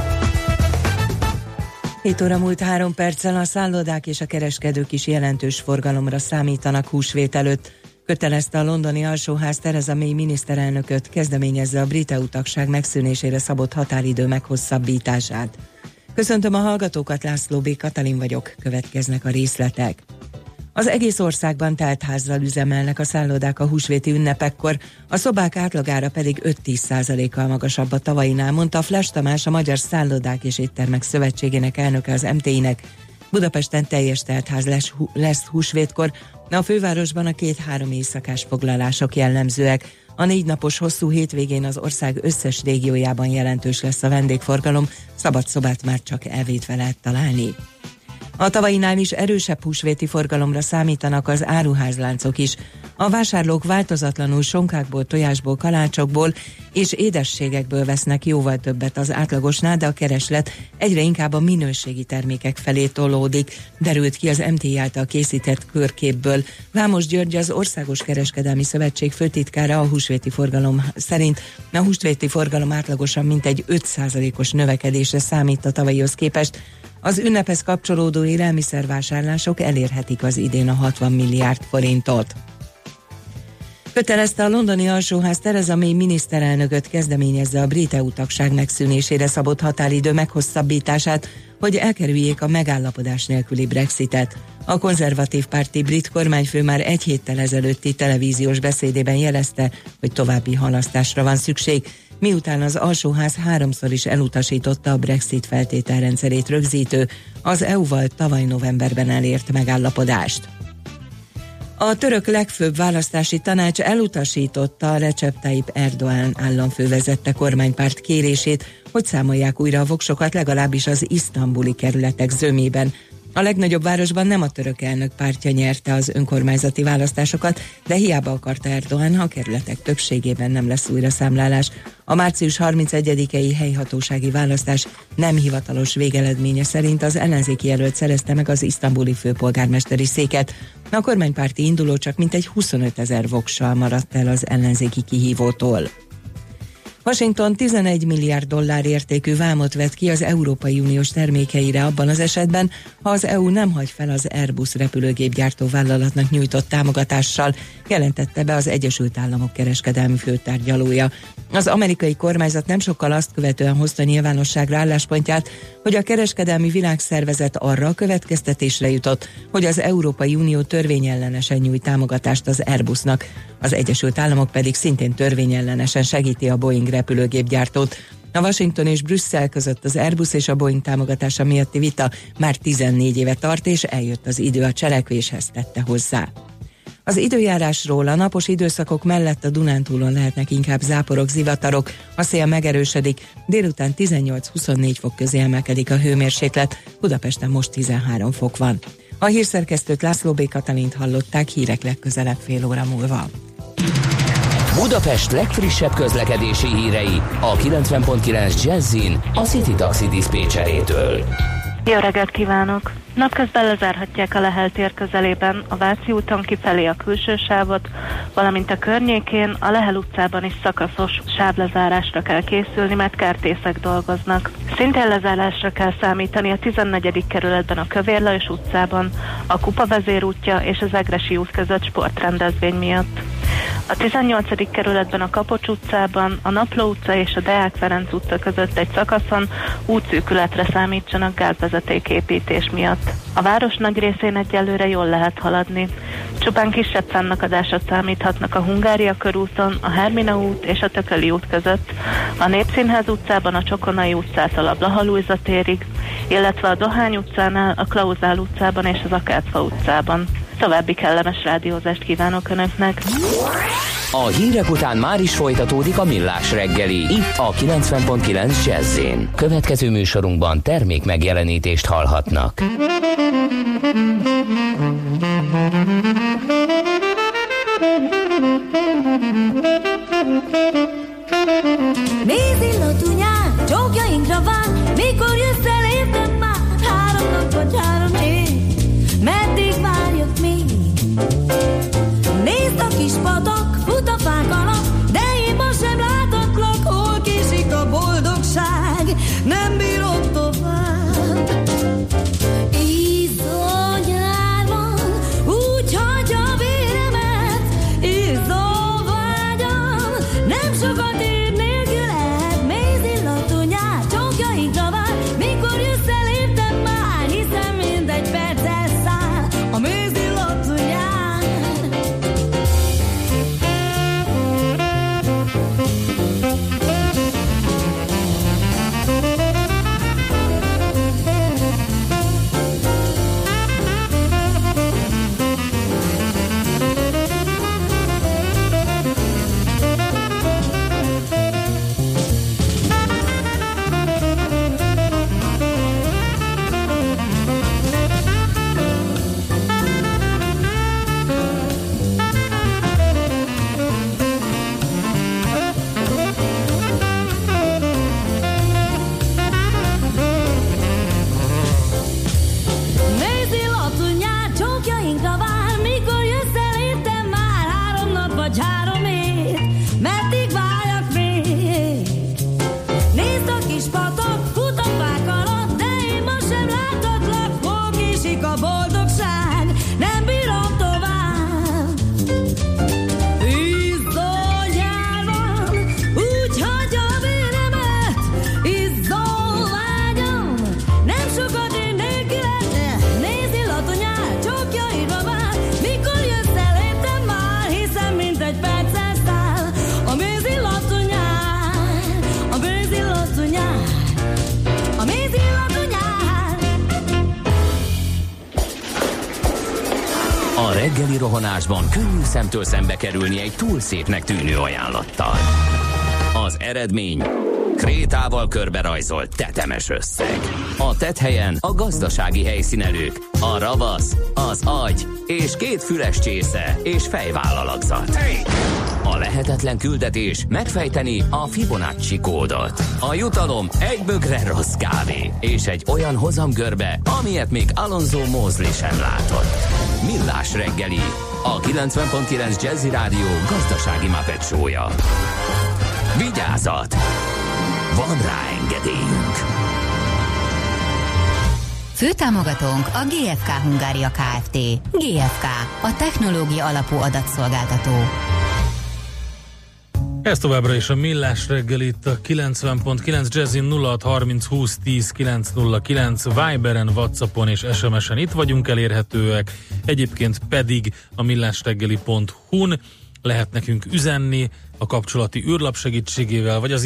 7 óra múlt 3 perccel a szállodák és a kereskedők is jelentős forgalomra számítanak húsvét előtt. Kötelezte a londoni alsóház Theresa May miniszterelnököt, kezdeményezze a brit EU-tagság megszűnésére szabott határidő meghosszabbítását. Köszöntöm a hallgatókat, László B. Katalin vagyok, következnek a részletek. Az egész országban teltházzal üzemelnek a szállodák a húsvéti ünnepekkor, a szobák átlagára pedig 5-10%-kal magasabb a tavainál, mondta a Flash Tamás, a Magyar Szállodák és Éttermek Szövetségének elnöke az MTI-nek. Budapesten teljes teltház lesz húsvétkor, a fővárosban a 2-3 éjszakás foglalások jellemzőek. A 4 napos hosszú hétvégén az ország összes régiójában jelentős lesz a vendégforgalom, szabad szobát már csak elvétve lehet találni. A tavainál is erősebb húsvéti forgalomra számítanak az áruházláncok is. A vásárlók változatlanul sonkákból, tojásból, kalácsokból és édességekből vesznek jóval többet az átlagosnál, de a kereslet egyre inkább a minőségi termékek felé tolódik, derült ki az MTI által készített körképből. Vámos György, az Országos Kereskedelmi Szövetség főtitkára a húsvéti forgalom szerint a húsvéti forgalom átlagosan mintegy 5%-os növekedésre számít a tavalyihoz képest. Az ünnephez kapcsolódó élelmiszervásárlások elérhetik az idén a 60 milliárd forintot. Kötelezte a londoni alsóház Theresa May miniszterelnököt, kezdeményezze a brit EU-tagság megszűnésére szabott határidő meghosszabbítását, hogy elkerüljék a megállapodás nélküli Brexitet. A konzervatív párti brit kormányfő már egy héttel ezelőtti televíziós beszédében jelezte, hogy további halasztásra van szükség, miután az alsóház 3-szor is elutasította a Brexit feltételrendszerét rögzítő, az EU-val tavaly novemberben elért megállapodást. A török legfőbb választási tanács elutasította a Recep Tayyip Erdoğan államfő vezette kormánypárt kérését, hogy számolják újra a voksokat legalábbis az isztambuli kerületek zömében. A legnagyobb városban nem a török elnök pártja nyerte az önkormányzati választásokat, de hiába akarta Erdoğan, ha a kerületek többségében nem lesz újraszámlálás. A március 31-i helyhatósági választás nem hivatalos végeredménye szerint az ellenzéki jelölt szerezte meg az isztambuli főpolgármesteri széket. A kormánypárti induló csak mintegy 25 000 voksal maradt el az ellenzéki kihívótól. Washington 11 milliárd dollár értékű vámot vett ki az Európai Uniós termékeire abban az esetben, ha az EU nem hagy fel az Airbus repülőgépgyártó vállalatnak nyújtott támogatással, jelentette be az Egyesült Államok kereskedelmi főtárgyalója. Az amerikai kormányzat nem sokkal azt követően hozta nyilvánosságra álláspontját, hogy a kereskedelmi világszervezet arra a következtetésre jutott, hogy az Európai Unió törvényellenesen nyújt támogatást az Airbusnak. Az Egyesült Államok pedig szintén törvényellenesen segíti a Boeing repülőgépgyártót. A Washington és Brüsszel között az Airbus és a Boeing támogatása miatti vita már 14 éve tart, és eljött az idő a cselekvéshez, tette hozzá. Az időjárásról: a napos időszakok mellett a Dunántúlon lehetnek inkább záporok, zivatarok, a szél megerősödik, délután 18-24 fok közé emelkedik a hőmérséklet, Budapesten most 13 fok van. A hírszerkesztőt, László B. Katalint hallották, hírek legközelebb fél óra múlva. Budapest legfrissebb közlekedési hírei a 90.9 Jazzin a City Taxi diszpécserétől. Jó reggelt kívánok! Napközben lezárhatják a Lehel tér közelében a Váci úton kifelé a külső sávot, valamint a környékén a Lehel utcában is szakaszos sávlezárásra kell készülni, mert kertészek dolgoznak. Szintén lezárásra kell számítani a 14. kerületben a Kövér Lajos utcában, a Kupa vezérútja és az Egressy út között sportrendezvény miatt. A 18. kerületben a Kapocs utcában, a Napló utca és a Deák Ferenc utca között egy szakaszon útszűkületre számítsanak gázvezetéképítés miatt. A város nagy részén egyelőre jól lehet haladni. Csupán kisebb fennakadásra számíthatnak a Hungária körúton, a Hermina út és a Tököli út között, a Népszínház utcában a Csokonai utcától a Blaha Lujza térig, illetve a Dohány utcánál, a Klauzál utcában és az Akácfa utcában. További kellemes rádiózást kívánok Önöknek! A hírek után már is folytatódik a Millás reggeli, itt a 90.9 Jazz-én. Következő műsorunkban termék megjelenítést hallhatnak. Mézillatú nyár, csókjainkra vár, mikor jössz el, értem már, 3 nap vagy 3 év, meddig várjak még? Nézd a kis patak, fut a fák alatt, de én ma sem látatlak, hol késik a boldogság, nem bírom tovább. Izzó nyár van, úgy hagyja a véremet, izzó vágyam, nem sokat ér nélküled, mézillatú nyár, csókjainkra vár, mikor jössz el, értem már, hiszen mindegy perccel száll a mézillatú nyár. A reggeli rohanásban könnyű szemtől szembe kerülni egy túl szépnek tűnő ajánlattal. Az eredmény: krétával körberajzolt tetemes összeg. A tetthelyen a gazdasági helyszínelők, a ravasz, az agy és 2 füles csésze és fejvállalakzat. A lehetetlen küldetés megfejteni a Fibonacci kódot. A jutalom egy bögre rossz kávé és egy olyan hozamgörbe, amilyet még Alonso Mosley sem látott. Millás reggeli, a 90.9 Jazzy Rádió gazdasági Muppet show-ja. Vigyázat! Van rá engedélyünk! Főtámogatónk a GFK Hungária Kft. GFK, a technológia alapú adatszolgáltató. Ez továbbra is a Millás reggel itt a 90.9 Jazzin 0630 20 10 909 Viberen, Whatsappon és SMS-en itt vagyunk elérhetőek, egyébként pedig a millásreggeli.hu-n lehet nekünk üzenni a kapcsolati űrlap segítségével, vagy az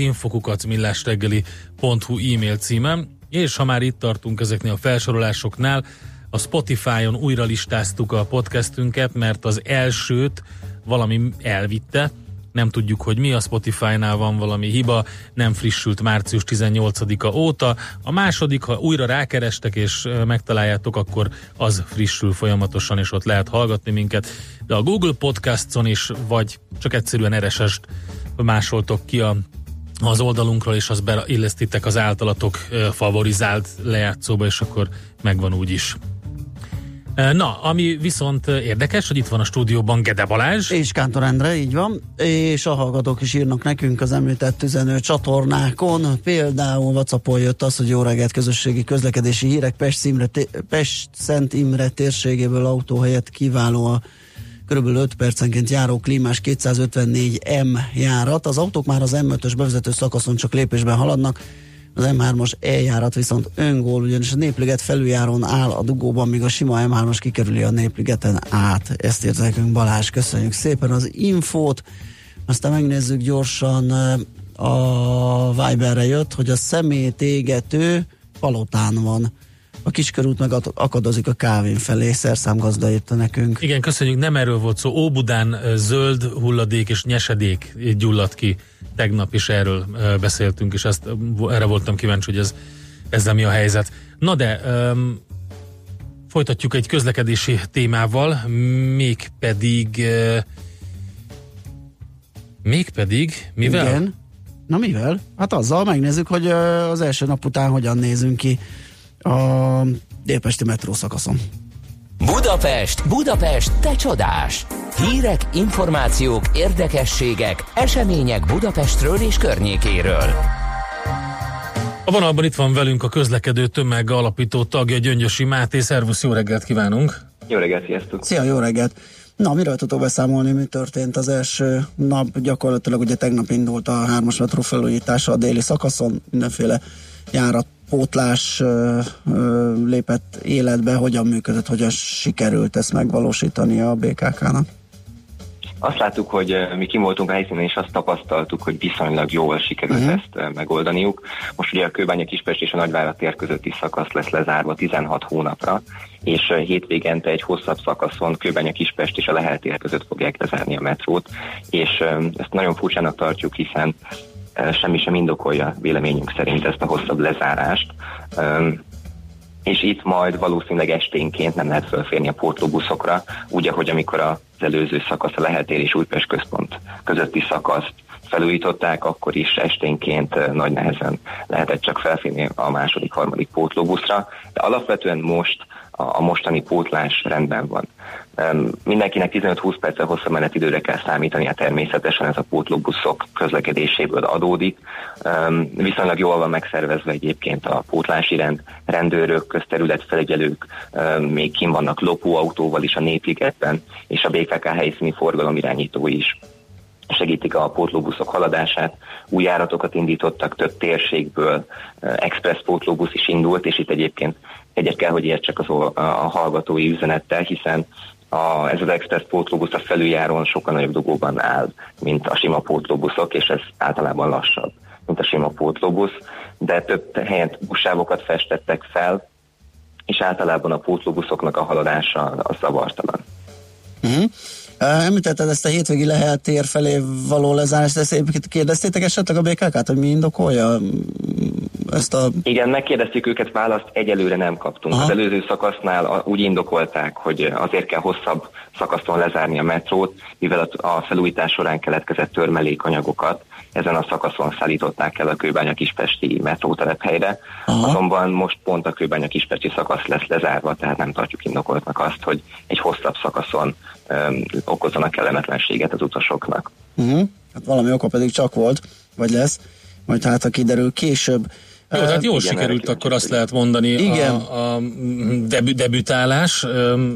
info@millásreggeli.hu e-mail címem, és ha már itt tartunk ezeknél a felsorolásoknál, a Spotify-on újra listáztuk a podcastünket, mert az elsőt valami elvitte, nem tudjuk, hogy mi, a Spotify-nál van valami hiba, nem frissült március 18-a óta. A második, ha újra rákerestek és megtaláljátok, akkor az frissül folyamatosan, és ott lehet hallgatni minket. De a Google Podcasts-on is, vagy csak egyszerűen RSS-t másoltok ki az oldalunkról, és azt beillesztitek az általatok favorizált lejátszóba, és akkor megvan úgy is. Na, ami viszont érdekes, hogy itt van a stúdióban Gede Balázs. És Kántor Endre, így van. És a hallgatók is írnak nekünk az említett üzenő csatornákon. Például WhatsAppon jött az, hogy jó reggelt, közösségi közlekedési hírek. Pest-Szent Imre térségéből autó helyett kiváló a körülbelül 5 percenként járó klímás 254 M járat. Az autók már az M5-ös bevezető szakaszon csak lépésben haladnak. Az M3-as eljárat viszont öngól, ugyanis a Népliget felüljárón áll a dugóban, míg a sima M3-as kikerüli a Népligeten át. Ezt írta nekünk Balázs, köszönjük szépen az infót. Aztán megnézzük gyorsan, a Viberre jött, hogy a szemétégető Palotán van. A Kiskörút meg akadozik a Kávén felé, szerszámgazda írta nekünk. Igen, köszönjük, nem erről volt szó. Óbudán zöld hulladék és nyesedék gyulladt ki. Tegnap is erről beszéltünk, és erre voltam kíváncsi, hogy ezzel mi a helyzet. Na de folytatjuk egy közlekedési témával, mégpedig mivel? Igen. Na mivel? Hát azzal megnézzük, hogy az első nap után hogyan nézünk ki a délpesti metrószakaszon. Budapest, te csodás! Hírek, információk, érdekességek, események Budapestről és környékéről. A vonalban itt van velünk a Közlekedő Tömeg alapító tagja, Gyöngyösi Máté. Szervusz, jó reggelt kívánunk! Jó reggelt, sziasztok! Szia, jó reggelt! Na, miről tudok beszámolni, mi történt az első nap? Gyakorlatilag ugye tegnap indult a 3-as metró felújítása a déli szakaszon, mindenféle járatpótlás lépett életbe. Hogyan működött, hogyan sikerült ezt megvalósítani a BKK-nak? Azt láttuk, hogy mi kim voltunk a helyszínen, és azt tapasztaltuk, hogy viszonylag jól sikerült ezt megoldaniuk. Most ugye a Kőbánya-Kispest és a Nagyvárad tér közötti szakasz lesz lezárva 16 hónapra, és hétvégente egy hosszabb szakaszon Kőbánya-Kispest és a Lehel tér között fogják lezárni a metrót, és ezt nagyon furcsának tartjuk, hiszen semmi sem indokolja véleményünk szerint ezt a hosszabb lezárást. És itt majd valószínűleg esténként nem lehet felférni a pótlóbuszokra, úgy, ahogy amikor az előző szakasz, a Lehel tér és Újpest központ közötti szakaszt felújították, akkor is esténként nagy nehezen lehetett csak felférni a második, harmadik pótlóbuszra, de alapvetően most a mostani pótlás rendben van. Mindenkinek 15-20 perccel hosszabb menetidőre kell számítania, természetesen ez a pótlóbuszok közlekedéséből adódik. Viszonylag jól van megszervezve egyébként a pótlási rend, rendőrök, közterületfelügyelők, még kim vannak lopóautóval is a Népligetben, és a BKK helyszíni forgalomirányítói is segítik a pótlóbuszok haladását. Új járatokat indítottak, több térségből express pótlóbusz is indult, és itt egyébként egyet kell, hogy értsek a hallgatói üzenettel, hiszen ez az express pótlóbusz a felüljáron sokkal nagyobb dugóban áll, mint a sima pótlóbuszok, és ez általában lassabb, mint a sima pótlóbusz, de több helyen buszsávokat festettek fel, és általában a pótlóbuszoknak a haladása az zavartalan. Említetted ezt a hétvégi Lehel tér felé való lezárást, ezt kérdeztétek esetleg a BKK-t, hogy mi indokolja ezt a... Igen, megkérdeztük őket, választ egyelőre nem kaptunk. Az előző szakasznál úgy indokolták, hogy azért kell hosszabb szakaszon lezárni a metrót, mivel a felújítás során keletkezett törmelékanyagokat ezen a szakaszon szállították el a Kőbánya-Kispesti metrótelephelyre. Azonban most pont a Kőbánya-Kispesti szakasz lesz lezárva, tehát nem tartjuk indokoltnak azt, hogy egy hosszabb szakaszon okozzanak kellemetlenséget az utasoknak. Hát valami oka pedig csak volt, vagy lesz, majd hát ha kiderül később. Jó, tehát jól sikerült, akkor azt lehet mondani a debütálás.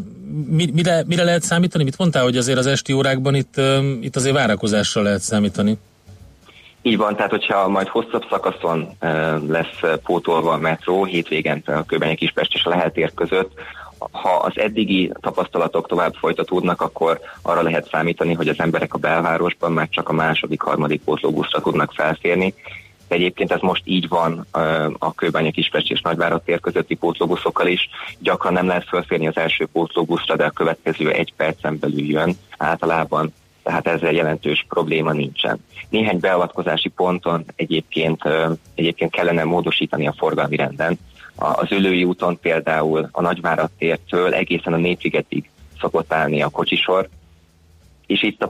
Mire lehet számítani? Mit mondtál, hogy azért az esti órákban itt azért várakozásra lehet számítani? Így van, tehát hogyha majd hosszabb szakaszon lesz pótolva a metró, hétvégente a Kőbánya-Kispest és a Lehel tér között, ha az eddigi tapasztalatok tovább folytatódnak, akkor arra lehet számítani, hogy az emberek a belvárosban már csak a második, harmadik pótlóbuszra tudnak felférni, De egyébként ez most így van a Kőbánya-Kispest és Nagyvárad tér közötti pótlóbuszokkal is. Gyakran nem lehet felférni az első pótlóbuszra, de a következő 1 percen belül jön általában, tehát ezzel jelentős probléma nincsen. Néhány beavatkozási ponton egyébként kellene módosítani a forgalmi renden. Az Üllői úton például a Nagyvárad tértől egészen a Népligetig szokott állni a kocsisor, és itt a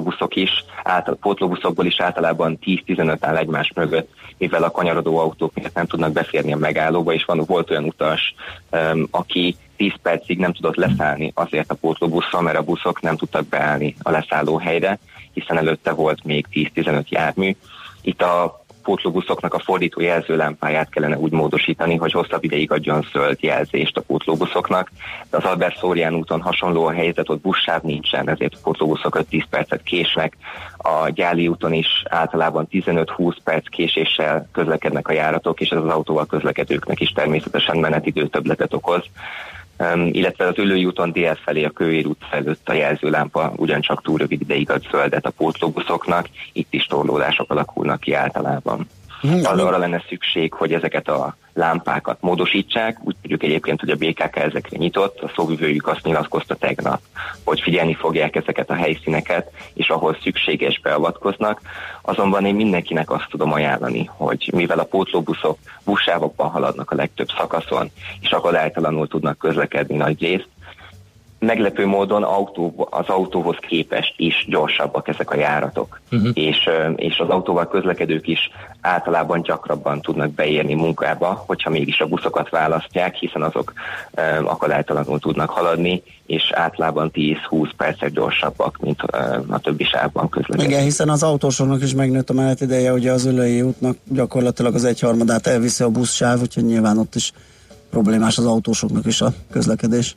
pótlóbuszokból is általában 10-15 áll egymás mögött, mivel a kanyarodó autók miatt nem tudnak beférni a megállóba, és volt olyan utas, aki 10 percig nem tudott leszállni azért a pótlóbuszon, mert a buszok nem tudtak beállni a leszállóhelyre, hiszen előtte volt még 10-15 jármű. Itt a pótlóbuszoknak a fordító jelzőlámpáját kellene úgy módosítani, hogy hosszabb ideig adjon zöld jelzést a pótlóbuszoknak, de az Albert Szórián úton hasonló a helyzet, ott buszsáv nincsen, ezért a pótlóbuszok 5-10 percet késnek. A Gyáli úton is általában 15-20 perc késéssel közlekednek a járatok, és ez az autóval közlekedőknek is természetesen menetidő többletet okoz. Illetve az Üllői úton dél felé a Kőér út előtt a jelzőlámpa ugyancsak túl rövid ideig ad zöldet a pótlóbuszoknak, itt is torlódások alakulnak ki általában. Arra lenne szükség, hogy ezeket a lámpákat módosítsák, úgy tudjuk egyébként, hogy a BKK ezekre nyitott, a szóvivőjük azt nyilatkozta tegnap, hogy figyelni fogják ezeket a helyszíneket, és ahol szükséges beavatkoznak. Azonban én mindenkinek azt tudom ajánlani, hogy mivel a pótlóbuszok buszsávokban haladnak a legtöbb szakaszon, és akadálytalanul tudnak közlekedni nagy részt, meglepő módon az autóhoz képest is gyorsabbak ezek a járatok, és az autóval közlekedők is általában gyakrabban tudnak beérni munkába, hogyha mégis a buszokat választják, hiszen azok akadálytalanul tudnak haladni, és általában 10-20 percet gyorsabbak, mint a többi sávban közlekedni. Igen, hiszen az autósoknak is megnőtt a menetideje, ugye az Üllői útnak gyakorlatilag az 1/3 elviszi a buszsáv, úgyhogy nyilván ott is problémás az autósoknak is a közlekedés.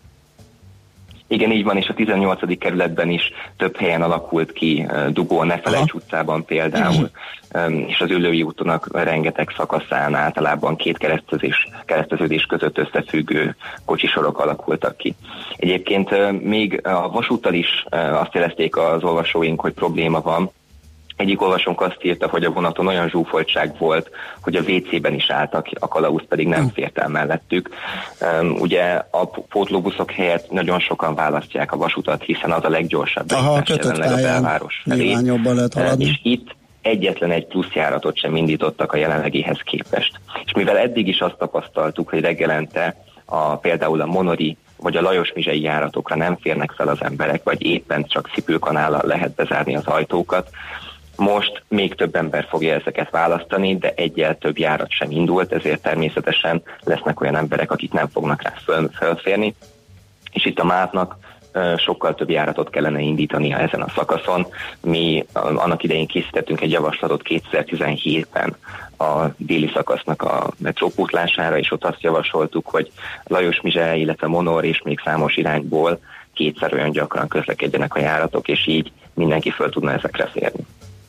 Igen, így van, és a 18. kerületben is több helyen alakult ki, Dugó, Nefelejts utcában például, és az Üllői útonak rengeteg szakaszán általában 2 kereszteződés között összefüggő kocsisorok alakultak ki. Egyébként még a vasúttal is azt jelezték az olvasóink, hogy probléma van. Egyik olvasónk azt írta, hogy a vonaton olyan zsúfoltság volt, hogy a WC-ben is álltak, a kalauz pedig nem fért el mellettük. Ugye a pótlóbuszok helyett nagyon sokan választják a vasutat, hiszen az a leggyorsabb jelenleg a belváros felé. És itt egyetlen egy plusz járatot sem indítottak a jelenlegihez képest. És mivel eddig is azt tapasztaltuk, hogy reggelente például a Monori vagy a Lajos-Mizsei járatokra nem férnek fel az emberek, vagy éppen csak cipőkanállal lehet bezárni az ajtókat, most még több ember fogja ezeket választani, de egyel több járat sem indult, ezért természetesen lesznek olyan emberek, akik nem fognak rá felférni, és itt a MÁV-nak sokkal több járatot kellene indítania ezen a szakaszon. Mi annak idején készítettünk egy javaslatot 2017-ben a déli szakasznak a metrópótlására, és ott azt javasoltuk, hogy Lajos-Mizsely, illetve Monor és még számos irányból 2-szer olyan gyakran közlekedjenek a járatok, és így mindenki föl tudna ezekre férni.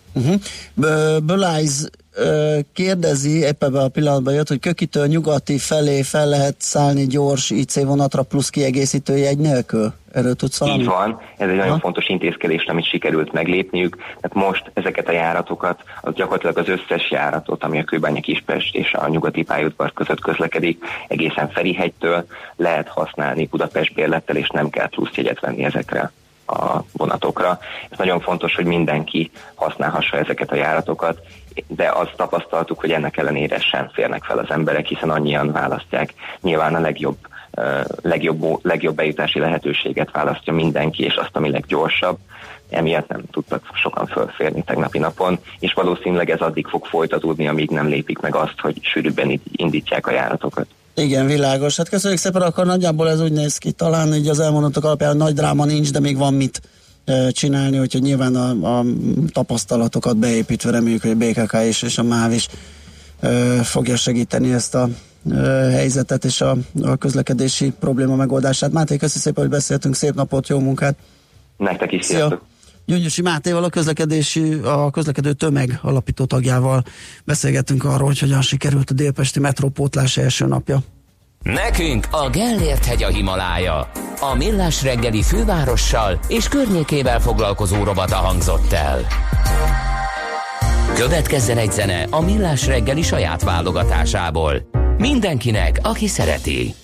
Bölájz kérdezi, éppen a pillanatban jött, hogy Kökitől nyugati felé fel lehet szállni gyors IC vonatra plusz kiegészítő jegy nélkül? Erről tudsz valami? Így van, ez egy nagyon fontos intézkedés, amit sikerült meglépniük. Tehát most ezeket a járatokat, az gyakorlatilag az összes járatot, ami a Kőbánya-Kispest és a nyugati pályaudvar között közlekedik, egészen Ferihegytől lehet használni Budapest bérlettel, és nem kell plusz jegyet venni ezekre a vonatokra. Ez nagyon fontos, hogy mindenki használhassa ezeket a járatokat, de azt tapasztaltuk, hogy ennek ellenére sem férnek fel az emberek, hiszen annyian választják. Nyilván a legjobb bejutási lehetőséget választja mindenki, és azt, ami leggyorsabb. Emiatt nem tudtak sokan fölférni tegnapi napon, és valószínűleg ez addig fog folytatódni, amíg nem lépik meg azt, hogy sűrűbben indítják a járatokat. Igen, világos. Hát köszönjük szépen, akkor nagyjából ez úgy néz ki. Talán így az elmondottak alapján nagy dráma nincs, de még van mit csinálni, úgyhogy nyilván a tapasztalatokat beépítve reméljük, hogy a BKK és a MÁV is fogja segíteni ezt a helyzetet és a közlekedési probléma megoldását. Máté, köszönjük szépen, hogy beszéltünk, szép napot, jó munkát! Nektek is, sziasztok! Gyöngyösi Mátéval, a közlekedő tömeg alapító tagjával beszélgettünk arról, hogy hogyan sikerült a délpesti metrópótlás első napja. Nekünk a Gellért-hegy a Himalája. A Millás reggeli fővárossal és környékével foglalkozó rovata hangzott el. Következzen egy zene a Millás reggeli saját válogatásából. Mindenkinek, aki szereti.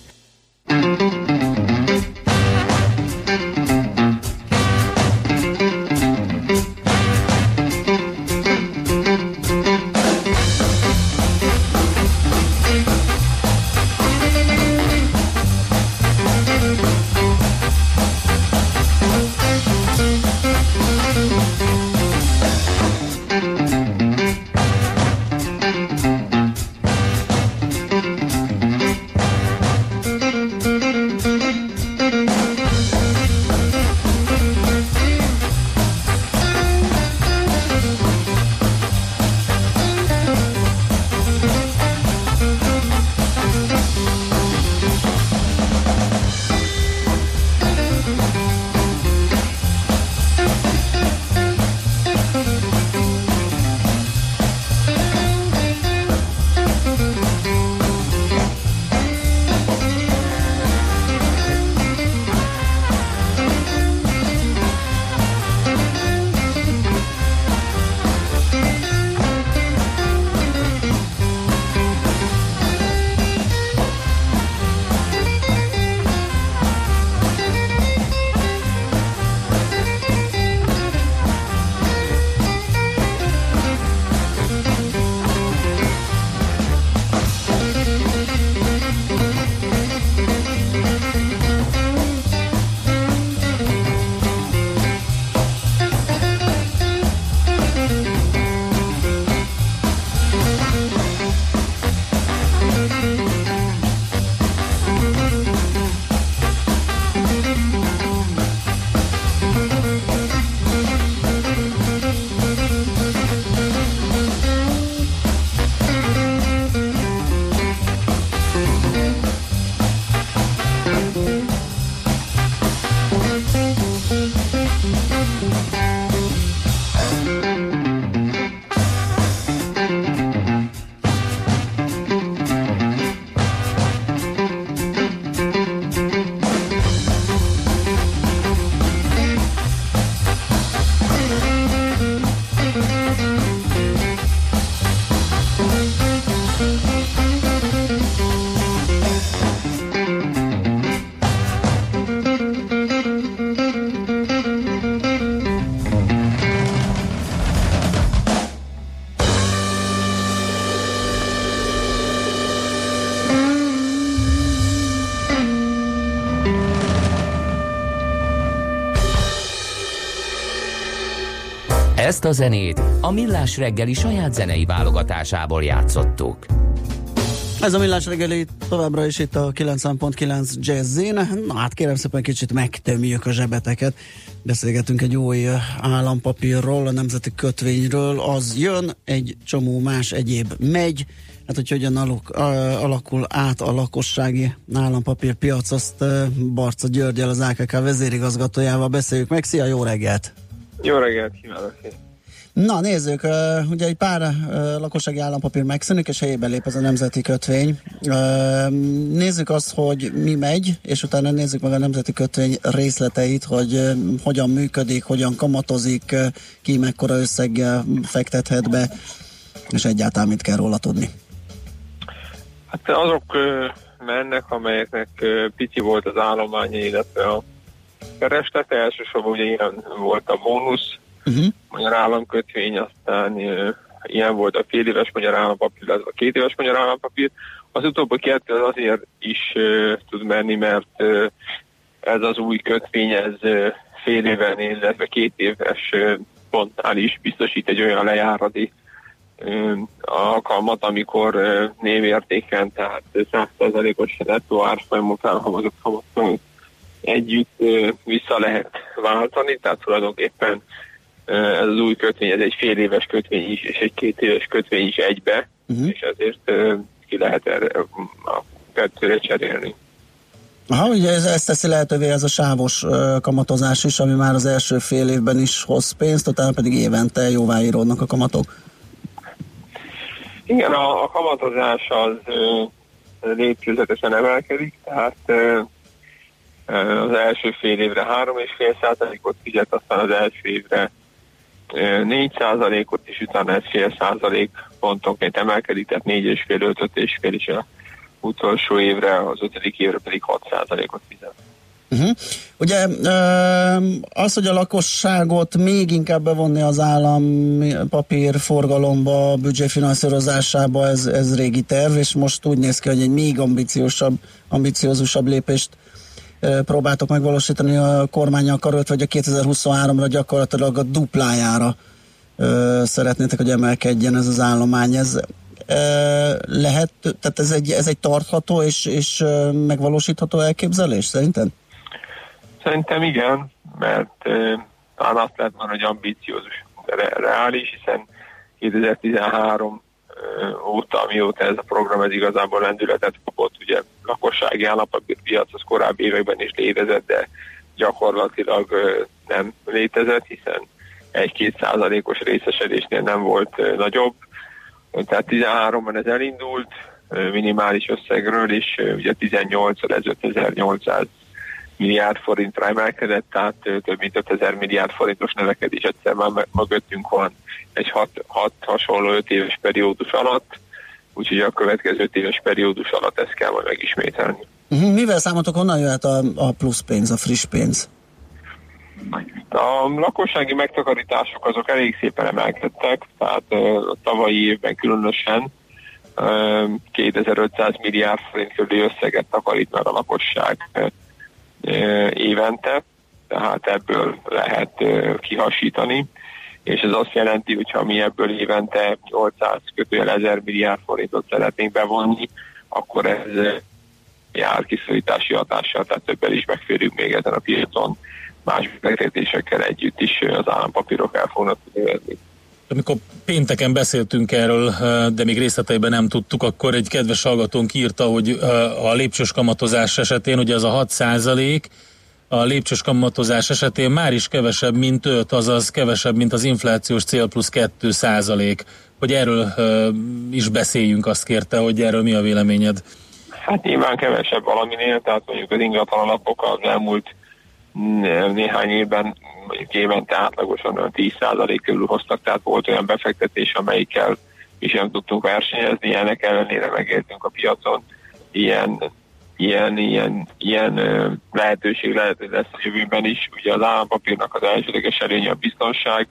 Ezt a zenét a Millás reggeli saját zenei válogatásából játszottuk. Ez a Millás reggeli továbbra is itt a 90.9 Jazzin. Na hát kérem szépen kicsit megtömjük a zsebeteket. Beszélgetünk egy új állampapírról, a nemzeti kötvényről. Az jön, egy csomó más egyéb megy. Hát, hogy hogyan alakul át a lakossági állampapírpiac, azt Barca Györgyel, az AKK vezérigazgatójával beszéljük meg. Szia, jó reggelt! Jó reggelt kívánok! Na nézzük, ugye egy pár lakossági állampapír megszűnik, és helyében lép ez a nemzeti kötvény. Nézzük azt, hogy mi megy, és utána nézzük meg a nemzeti kötvény részleteit, hogy hogyan működik, hogyan kamatozik, ki mekkora összeggel fektethet be, és egyáltalán mit kell róla tudni. Hát azok mennek, amelyeknek pici volt az állománya, illetve a kereslete, elsősorban ugye ilyen volt a bónusz, magyar államkötvény, aztán ilyen volt a fél éves magyar állampapír, illetve a 2 éves magyar állampapír. Az utóbbi kettő azért is tud menni, mert ez az új kötvény, ez fél éven, illetve 2 éves pontnál is biztosít egy olyan lejárati alkalmat, amikor névértéken, tehát 100%-os nettó árfolyamon felhalmozott kamaton együtt vissza lehet váltani, tehát tulajdonképpen ez az új kötvény, ez egy fél éves kötvény is, és egy 2 éves kötvény is egybe, és ezért ki lehet erre a kettőre cserélni. Aha, ugye ez teszi lehetővé ez a sávos kamatozás is, ami már az első fél évben is hoz pénzt, utána pedig évente jóváíródnak a kamatok. Igen, a kamatozás az lépcsőzetesen emelkedik, tehát az első fél évre 3,5%-ot fizet, aztán az első évre 4%-ot, és utána ez fél százalék pontonként emelkedik, tehát 4,5-5,5 is a utolsó évre, az 5. évre pedig 6%-ot fizet. Ugye az, hogy a lakosságot még inkább bevonni az állami papírforgalomba, büdzséfinanszírozásába, ez régi terv, és most úgy néz ki, hogy egy még ambiciózusabb lépést próbáltok megvalósítani a kormánnyal karöltve, hogy a 2023-ra gyakorlatilag a duplájára szeretnétek, hogy emelkedjen ez az állomány. Ez lehet, tehát ez egy tartható és megvalósítható elképzelés szerinted? Szerintem igen, mert talán azt lehet mondani, hogy ambiciózus, reális, hiszen 2013 óta, mióta ez a program ez igazából lendületet kapott, ugye lakossági állampapírpiac az korábbi években is létezett, de gyakorlatilag nem létezett, hiszen 1-2%-os részesedésnél nem volt nagyobb. Tehát 13-ban ez elindult minimális összegről, és ugye 18-ra ez 5800 milliárd forintra emelkedett, tehát több mint 5000 milliárd forintos növekedés egyszer már mögöttünk van egy 6 hasonló 5 éves periódus alatt, úgyhogy a következő 5 éves periódus alatt ezt kell majd megismételni. Mivel számoltok, honnan jöhet a plusz pénz, a friss pénz? A lakossági megtakarítások azok elég szépen emelkedtek, tehát a tavalyi évben különösen 2500 milliárd forint körüli összeget takarít meg a lakosság évente, tehát ebből lehet kihasítani, és ez azt jelenti, hogy ha mi ebből évente 800-1000 milliárd forintot szeretnénk bevonni, akkor ez árkiszorítási hatással, tehát többel is megférjük még ezen a piacon, más befektetésekkel együtt is az állampapírok el fognak venni. Amikor pénteken beszéltünk erről, de még részleteiben nem tudtuk, akkor egy kedves hallgatónk írta, hogy a lépcsős kamatozás esetén, ugye az a 6%, a lépcsős kamatozás esetén már is kevesebb, mint 5, azaz kevesebb, mint az inflációs cél plusz 2%. Hogy erről is beszéljünk, azt kérte, hogy erről mi a véleményed? Hát nyilván kevesebb valaminél, tehát mondjuk az ingatlan alapok az elmúlt néhány évben, mondjuk évente átlagosan 10% körül hoztak, tehát volt olyan befektetés, amelyikkel is nem tudtunk versenyezni, ennek ellenére megértünk a piacon. Ilyen lehetőség lehet, hogy lesz a jövőben is. Ugye az állampapírnak az elsődleges előnye a biztonság,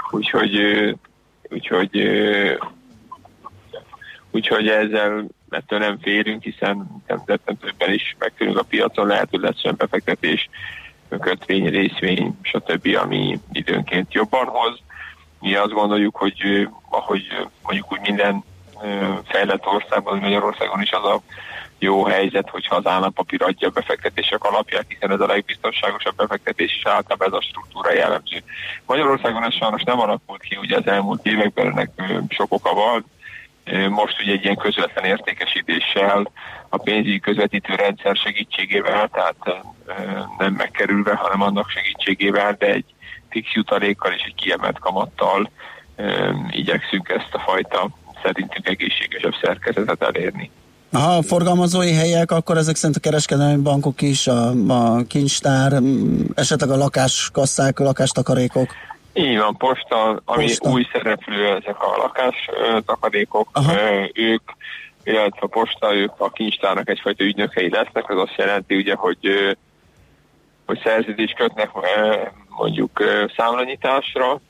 úgyhogy ezzel ettől nem félünk, hiszen többen is megtérünk a piacon, lehet, hogy lesz olyan befektetés, kötvény, részvény, stb., ami időnként jobban hoz. Mi azt gondoljuk, hogy ahogy mondjuk úgy minden fejlett országban, Magyarországon is az a jó helyzet, hogyha az állampapír adja a befektetések alapját, hiszen ez a legbiztonságosabb befektetés, és általában ez a struktúra jellemző. Magyarországon ez sajnos nem alakult ki, ugye az elmúlt években ennek sok oka van. Most ugye egy ilyen közvetlen értékesítéssel, a pénzügyi közvetítő rendszer segítségével, tehát nem megkerülve, hanem annak segítségével, de egy fix jutalékkal és egy kiemelt kamattal igyekszünk ezt a fajta szerintünk egészségesebb szerkezetet elérni. Aha, a forgalmazói helyek, akkor ezek szerint a kereskedelmi bankok is, a kincstár, esetleg a lakáskasszák, lakástakarékok. Így van, posta, ami új szereplő, ezek a lakástakarékok, ők, illetve a posta, ők a kincstárnak egyfajta ügynökei lesznek, az azt jelenti ugye, hogy szerződést kötnek mondjuk számlanyításra,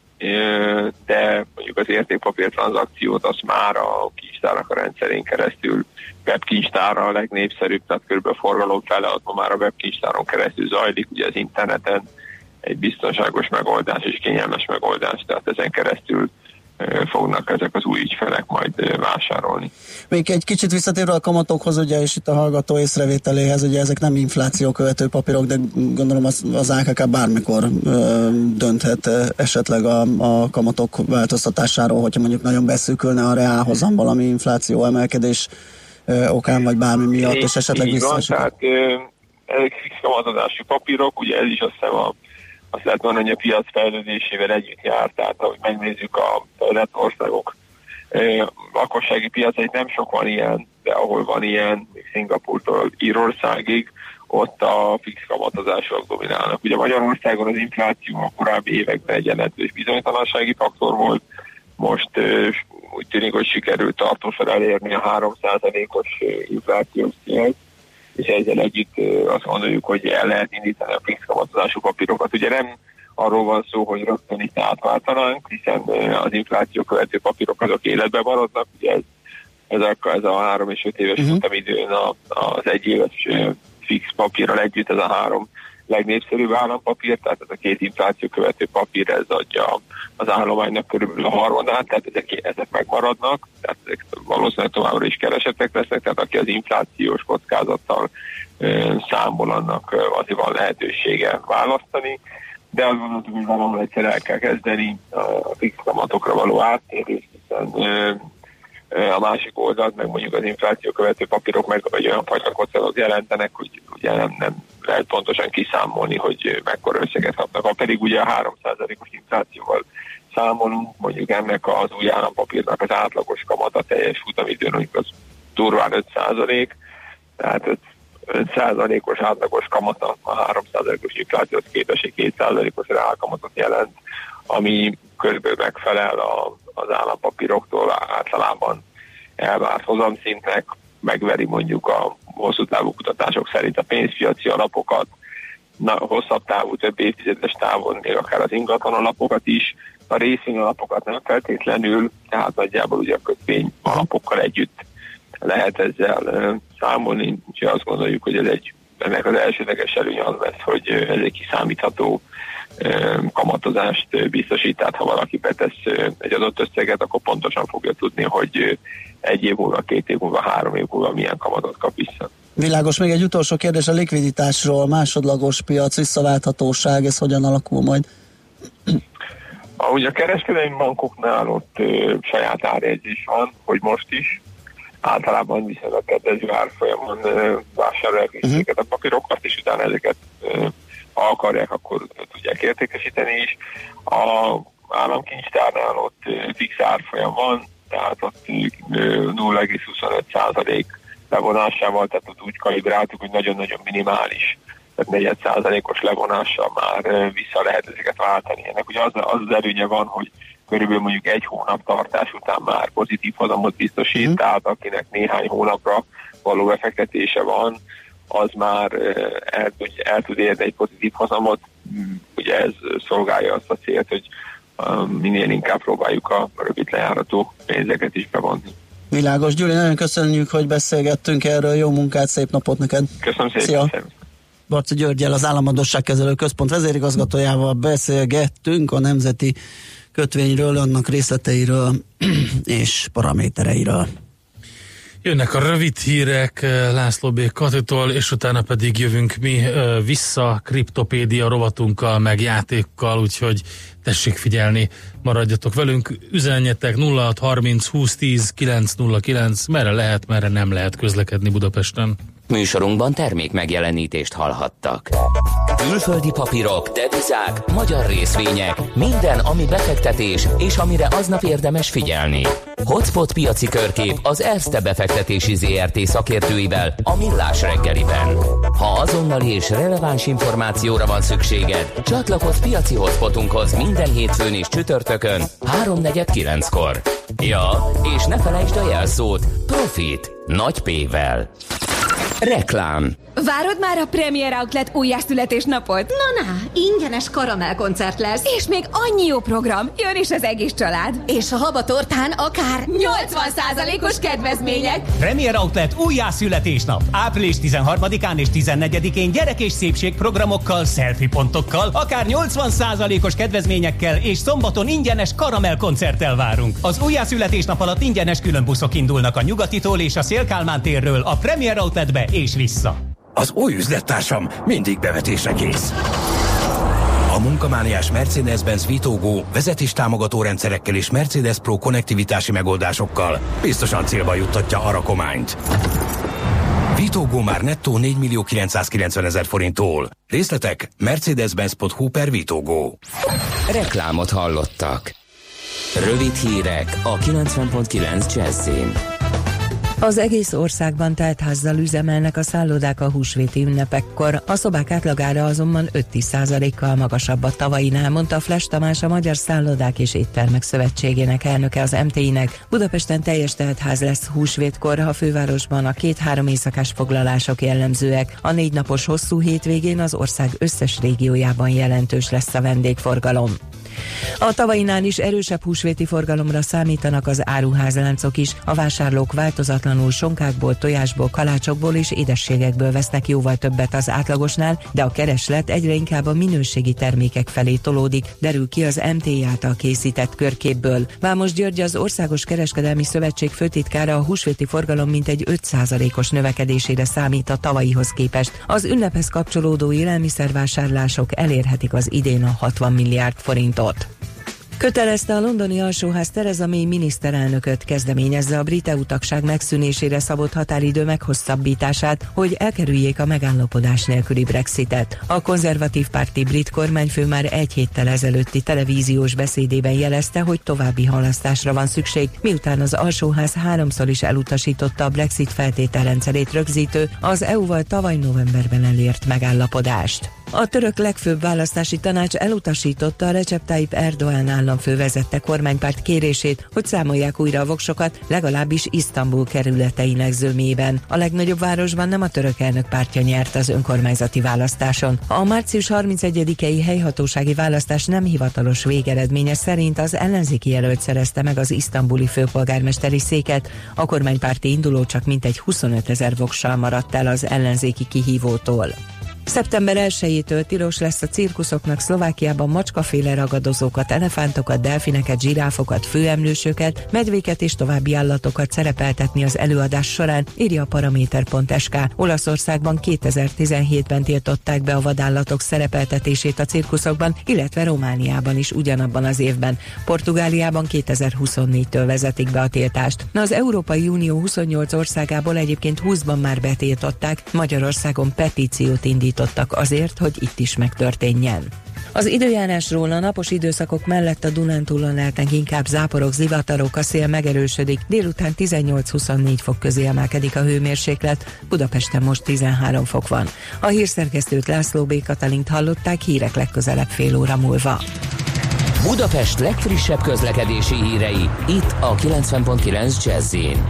de mondjuk az értékpapír tranzakciót azt már a kincstárnak a rendszerén keresztül, webkincstárra a legnépszerűbb, tehát kb. Forgalom fele az ma már a webkincstáron keresztül zajlik, ugye az interneten egy biztonságos megoldás és kényelmes megoldás, tehát ezen keresztül fognak ezek az új ügyfelek majd vásárolni. Még egy kicsit visszatérve a kamatokhoz, ugye, és itt a hallgató észrevételéhez, ugye ezek nem inflációkövető papírok, de gondolom az AKK bármikor dönthet esetleg a kamatok változtatásáról, hogyha mondjuk nagyon beszűkülne a reálhozam valami infláció emelkedés okán, vagy bármi miatt, és esetleg visszaesik. Tehát ezek fix kamatozású papírok, ugye ez is azt hiszem azt lehet mondani, hogy a piac fejlődésével együtt jár, tehát ahogy megnézzük a fejlett országok lakossági piacait, nem sok van ilyen, de ahol van ilyen, még Szingapúrtól Írországig, ott a fix kamatozások dominálnak. Ugye Magyarországon az infláció a korábbi években egy jelentős bizonytalansági faktor volt, most úgy tűnik, hogy sikerült tartósan elérni a 3%-os inflációs célt, és ezzel együtt azt gondoljuk, hogy el lehet indítani a fix kamatozású papírokat. Ugye nem arról van szó, hogy rögtön itt átváltanánk, hiszen az infláció követő papírok azok életben maradnak, ugye ez a 3 és 5 éves futamidőn az 1 éves fix papírral együtt ez a 3 legnépszerűbb állampapír, tehát ez a 2 infláció követő papír, ez adja az állománynak körülbelül a harmadát, tehát ezek megmaradnak, tehát ezek valószínűleg továbbra is keresettek lesznek, tehát aki az inflációs kockázattal számol, annak azért van lehetősége választani, de azt gondoltuk, hogy valahol egyszer el kell kezdeni a fix kamatokra való áttérést, hiszen a másik oldalt, meg mondjuk az infláció követő papírok meg olyan fajta kockázatot jelentenek, hogy ugye nem lehet pontosan kiszámolni, hogy mekkora összeget kapnak. Ha pedig ugye a 3%-os inflációval számolunk, mondjuk ennek az új állampapírnak az átlagos kamata teljes futamidőn, mondjuk az durván 5%, tehát 5%-os átlagos kamata a 3%-os inflációhoz képest 2%-os reálkamatot jelent, ami körülbelül megfelel az állampapíroktól általában elvárt hozamszintnek, megveri mondjuk a hosszú távú kutatások szerint a pénzpiaci alapokat, hosszabb távú, több évtizedes távon még akár az ingatlan alapokat is, a részvény alapokat nem feltétlenül, tehát nagyjából ugye a kötvény alapokkal együtt lehet ezzel számolni, úgyhogy azt gondoljuk, hogy ennek az elsődleges előnye az lesz, hogy ez egy kiszámítható kamatozást biztosít, tehát ha valaki betesz egy adott összeget, akkor pontosan fogja tudni, hogy 1 év múlva, 2 év múlva, 3 év múlva milyen kamatot kap vissza. Világos, még egy utolsó kérdés a likviditásról, másodlagos piac, visszaválthatóság, ez hogyan alakul majd? Ugye a kereskedelmi bankoknál ott saját árjegyzés van, hogy most is, általában viszonylag kedvező árfolyamon vásárolják ezeket a papírokat, és utána ezeket ha akarják, akkor tudják értékesíteni is. A államkincstárnál ott fix árfolyam van, tehát ott 0,25% levonásával, tehát ott úgy kalibráltuk, hogy nagyon-nagyon minimális, tehát 4%-os levonással már vissza lehet ezeket váltani. Ennek ugye az előnye van, hogy körülbelül mondjuk 1 hónap tartás után már pozitív hozamot biztosít, tehát akinek néhány hónapra való befektetése van, az már el tud érni egy pozitív hozamot. Ugye ez szolgálja azt a célt, hogy minél inkább próbáljuk a rövid lejáratú pénzeket is bevonni. Világos, Gyuri, nagyon köszönjük, hogy beszélgettünk erről, jó munkát, szép napot neked! Köszönöm szépen! Szia. Barczi Györggyel, az Államadósságkezelő Központ vezérigazgatójával beszélgettünk a nemzeti kötvényről, annak részleteiről és paramétereiről. Jönnek a rövid hírek László B. Katitól, és utána pedig jövünk mi vissza Kriptopédia rovatunkkal, meg játékkal, úgyhogy tessék figyelni, maradjatok velünk, üzenjetek 0630 2010 909, merre lehet, merre nem lehet közlekedni Budapesten. Műsorunkban termék megjelenítést hallhattak. Külföldi papírok, devizák, magyar részvények, minden, ami befektetés, és amire aznap érdemes figyelni. Hotspot piaci körkép az Erste befektetési ZRT szakértőivel a Millás reggeliben. Ha azonnali és releváns információra van szükséged, csatlakozz piaci hotspotunkhoz minden hétfőn és csütörtökön 3:49-kor. Ja, és ne felejtsd a jelszót, Profit, nagy P-vel. Reklám. Várod már a Premier Outlet újjászületésnapot? Na, ingyenes karamellkoncert lesz. És még annyi jó program, jön is az egész család. És a habatortán akár 80%-os kedvezmények. Premier Outlet újjászületésnap. Április 13-án és 14-én gyerek- és szépségprogramokkal, selfie pontokkal, akár 80%-os kedvezményekkel és szombaton ingyenes karamellkoncerttel várunk. Az újjászületésnap alatt ingyenes különbuszok indulnak a Nyugatitól és a Széll-Kálmán térről a Premier Outletbe és vissza. Az új üzlettársam mindig bevetésre kész. A munkamániás Mercedes-Benz Vitógo vezetéstámogató rendszerekkel és Mercedes Pro konnektivitási megoldásokkal biztosan célba juttatja a rakományt. Vitógo már nettó 4.990.000 forinttól. Részletek mercedes-benz.hu/Vitógo. Reklámot hallottak. Rövid hírek a 90.9 Jazzin. Az egész országban teltházzal üzemelnek a szállodák a húsvéti ünnepekkor, a szobák átlagára azonban 5-10%-kal magasabb a tavainál, mondta Flash Tamás, a Magyar Szállodák és Éttermek Szövetségének elnöke az MTI-nek. Budapesten teljes teltház lesz húsvétkor, a fővárosban a 2-3 éjszakás foglalások jellemzőek. A 4 napos hosszú hétvégén az ország összes régiójában jelentős lesz a vendégforgalom. A tavainál is erősebb húsvéti forgalomra számítanak az áruházláncok is. A vásárlók változatlanul sonkákból, tojásból, kalácsokból és édességekből vesznek jóval többet az átlagosnál, de a kereslet egyre inkább a minőségi termékek felé tolódik, derül ki az MTI által készített körképből. Vámos György, az Országos Kereskedelmi Szövetség főtitkára a húsvéti forgalom mintegy 5%-os növekedésére számít a tavalyihoz képest. Az ünnephez kapcsolódó élelmiszervásárlások elérhetik az idén a 60 milliárd forintot. Kötelezte a londoni alsóház Theresa May miniszterelnököt, kezdeményezze a brit EU-tagság megszűnésére szabott határidő meghosszabbítását, hogy elkerüljék a megállapodás nélküli Brexitet. A konzervatív párti brit kormányfő már egy héttel ezelőtti televíziós beszédében jelezte, hogy további halasztásra van szükség, miután az alsóház 3-szor is elutasította a Brexit feltételrendszerét rögzítő, az EU-val tavaly novemberben elért megállapodást. A török legfőbb választási tanács elutasította a Recep Tayyip Erdoğan államfő vezette kormánypárt kérését, hogy számolják újra a voksokat, legalábbis Isztambul kerületeinek zömében. A legnagyobb városban nem a török elnök pártja nyert az önkormányzati választáson. A március 31-i helyhatósági választás nem hivatalos végeredménye szerint az ellenzéki jelölt szerezte meg az isztambuli főpolgármesteri széket, a kormánypárti induló csak mintegy 25 000 voksal maradt el az ellenzéki kihívótól. Szeptember 1-től tilos lesz a cirkuszoknak Szlovákiában macskaféle ragadozókat, elefántokat, delfineket, zsiráfokat, főemlősöket, medvéket és további állatokat szerepeltetni az előadás során, írja a Paraméter.sk. Olaszországban 2017-ben tiltották be a vadállatok szerepeltetését a cirkuszokban, illetve Romániában is ugyanabban az évben. Portugáliában 2024-től vezetik be a tiltást. Az Európai Unió 28 országából egyébként 20-ban már betiltották, Magyarországon petíciót indítottak azért, hogy itt is megtörténjen. Az időjárásról: a napos időszakok mellett a Dunántúlon lehetnek inkább záporok, zivatarok, a szél megerősödik, délután 18-24 fok közé emelkedik a hőmérséklet, Budapesten most 13 fok van. A hírszerkesztőt, László B. Katalint hallották, hírek legközelebb fél óra múlva. Budapest legfrissebb közlekedési hírei, itt a 90.9 Jazz-in.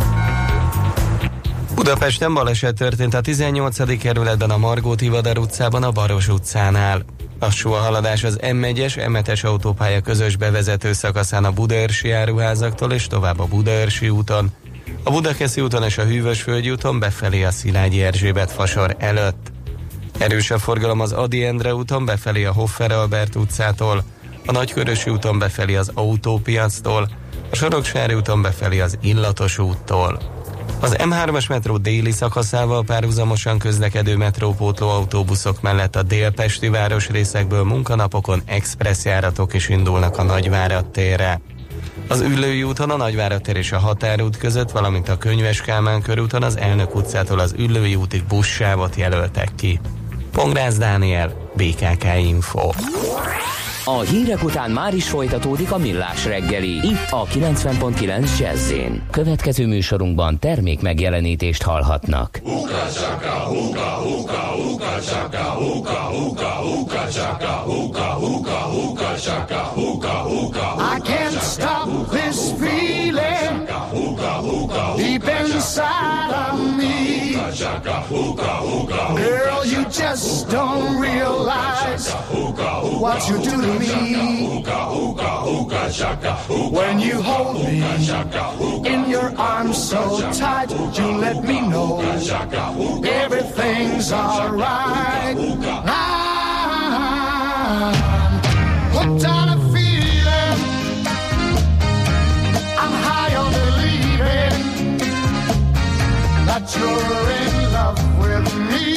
Budapesten baleset történt a 18. kerületben a Margó-Tivadar utcában a Baros utcánál. Lassú a haladás az M1-es, M7-es autópálya közös bevezető szakaszán a Budaörsi áruházaktól és tovább a Budaörsi úton, a Budakeszi úton és a Hűvösvölgyi úton befelé a Szilágyi Erzsébet fasor előtt. Erős a forgalom az Ady Endre úton befelé a Hoffer Albert utcától, a Nagykörösi úton befelé az Autópiactól, a Soroksári úton befelé az Illatos úttól. Az M3-as metró déli szakaszával párhuzamosan közlekedő metrópótló autóbuszok mellett a délpesti városrészekből munkanapokon expressz járatok is indulnak a Nagyvárad térre. Az Üllői úton a Nagyvárad tér és a Határút között, valamint a Könyves Kálmán körúton az Elnök utcától az Üllői útig buszsávot jelöltek ki. Pongrász Dániel, BKK Info. A hírek után már is folytatódik a Millás reggeli, itt a 90.9 Jazz-in. Következő műsorunkban termék megjelenítést hallhatnak. I can't stop this feeling deep inside of me. Girl, you just don't realize what you do to me. When you hold me in your arms so tight, you let me know everything's alright. I'm hooked on a feeling, I'm high on believing that you're in love with me.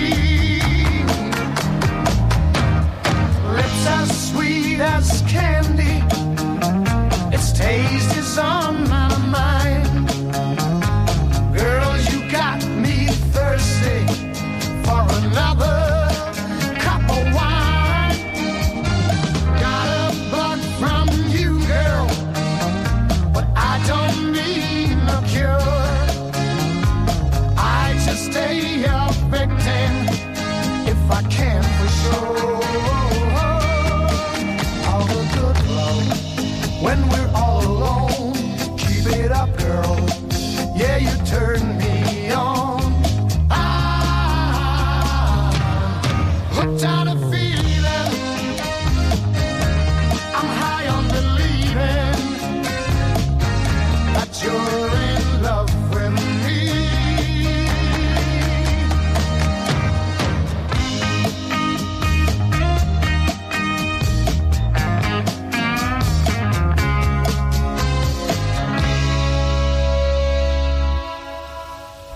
Lips as sweet as candy, its taste is on my mind. Girl, you got me thirsty for another cup of wine. Got a bug from you, girl, but I don't need no cure.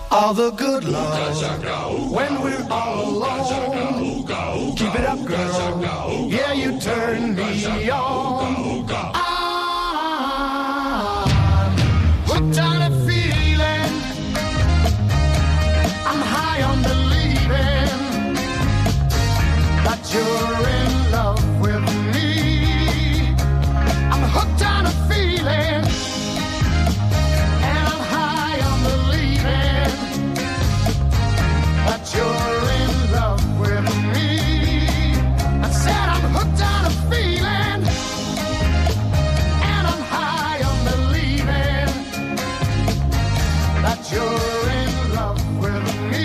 all the good love when we're all alone. Keep it up, girl. Yeah, you turn me on. I'm hooked on a feeling. I'm high on believing that you're in love with me. I'm hooked on a feeling. You're in love with me. I said I'm hooked on a feeling, and I'm high on believing that you're in love with me.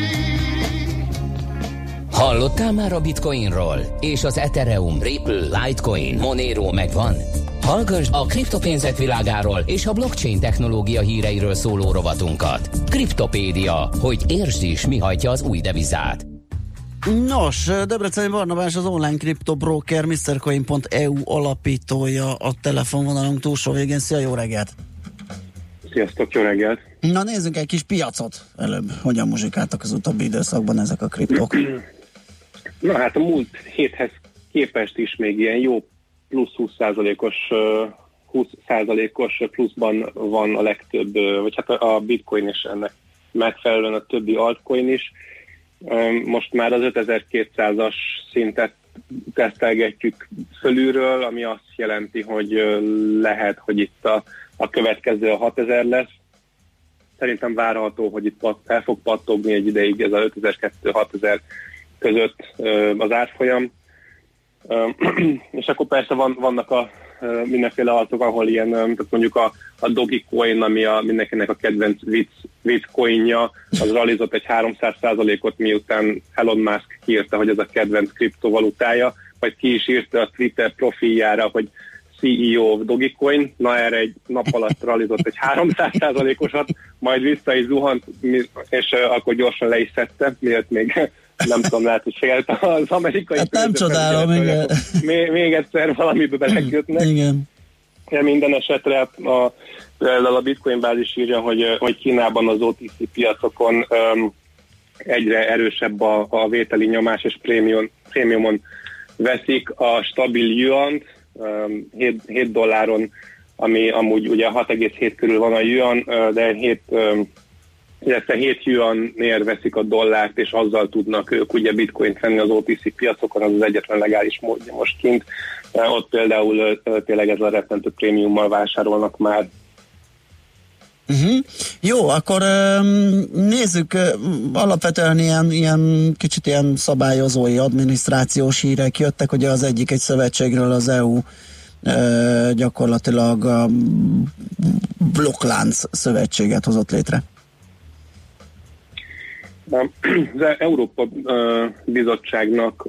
Hallottál már a Bitcoinról? És az Ethereum, Ripple, Litecoin, Monero megvan? Hallgass a kriptopénzek világáról és a blockchain technológia híreiről szóló rovatunkat. Kriptopédia, hogy értsd is, mi hajtja az új devizát. Nos, Debreceni Barnabás, az online kriptobroker, MrCoin.eu alapítója a telefonvonalunk túlsó végén. Szia, jó reggelt! Sziasztok, jó reggelt! Na nézzünk egy kis piacot előbb. Hogyan muzsikáltak az utóbbi időszakban ezek a kriptok? Na hát a múlt héthez képest is még ilyen jó plusz 20%-os pluszban van a legtöbb, vagy hát a bitcoin is ennek megfelelően a többi altcoin is. Most már az 5200-as szintet tesztelgetjük fölülről, ami azt jelenti, hogy lehet, hogy itt a következő a 6000 lesz. Szerintem várható, hogy itt el fog pattogni egy ideig ez a 5200-6000 között az árfolyam. És akkor persze vannak a mindenféle altok, ahol ilyen, tehát mondjuk a Dogecoin, ami mindenkinek a kedvenc vicc coinja, az rallizott egy 300%-ot, miután Elon Musk kiírta, hogy ez a kedvenc kriptovalutája, vagy ki is írta a Twitter profiljára, hogy CEO of Dogecoin, na erre egy nap alatt rallizott egy 300%-osat, majd vissza is zuhant, és akkor gyorsan le is szedte, miért még nem tudom, lehet, hogy félt az amerikai hát nem csodálom, igen. Még egyszer valamibe belekötnek. Igen. Minden esetre például a Bitcoin bázis írja, hogy Kínában az OTC piacokon egyre erősebb a vételi nyomás, és prémiumon veszik a stabil yuant, $7, ami amúgy ugye 6,7 körül van a yuan, de 7 yuanért veszik a dollárt, és azzal tudnak ők ugye bitcoint venni az OTC piacokon, az egyetlen legális módja most kint. Ott például tényleg ez a rettentő prémiummal vásárolnak már. Jó, akkor nézzük, alapvetően ilyen kicsit ilyen szabályozói, adminisztrációs hírek jöttek, ugye az egyik egy szövetségről, az EU gyakorlatilag a blokklánc szövetséget hozott létre. Az Európa Bizottságnak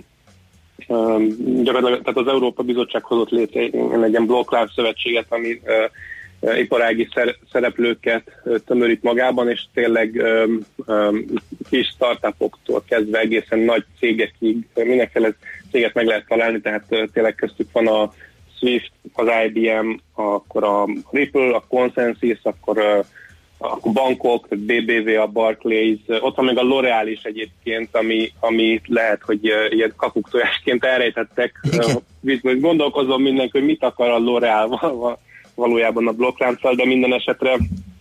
tehát az Európa Bizottság hozott létre egy ilyen blokklánc szövetséget, ami iparági szereplőket tömörít magában, és tényleg kis startupoktól kezdve egészen nagy cégekig mindenféle céget meg lehet találni, tehát tényleg köztük van a Swift, az IBM, akkor a Ripple, a Consensys, akkor bankok, a BBV, a Barclays, ott van még a L'Oreal is egyébként, ami lehet, hogy ilyen kakuktojásként elrejtettek. Gondolkozom mindenki, hogy mit akar a L'Oreal valójában a blokklánccal, de minden esetre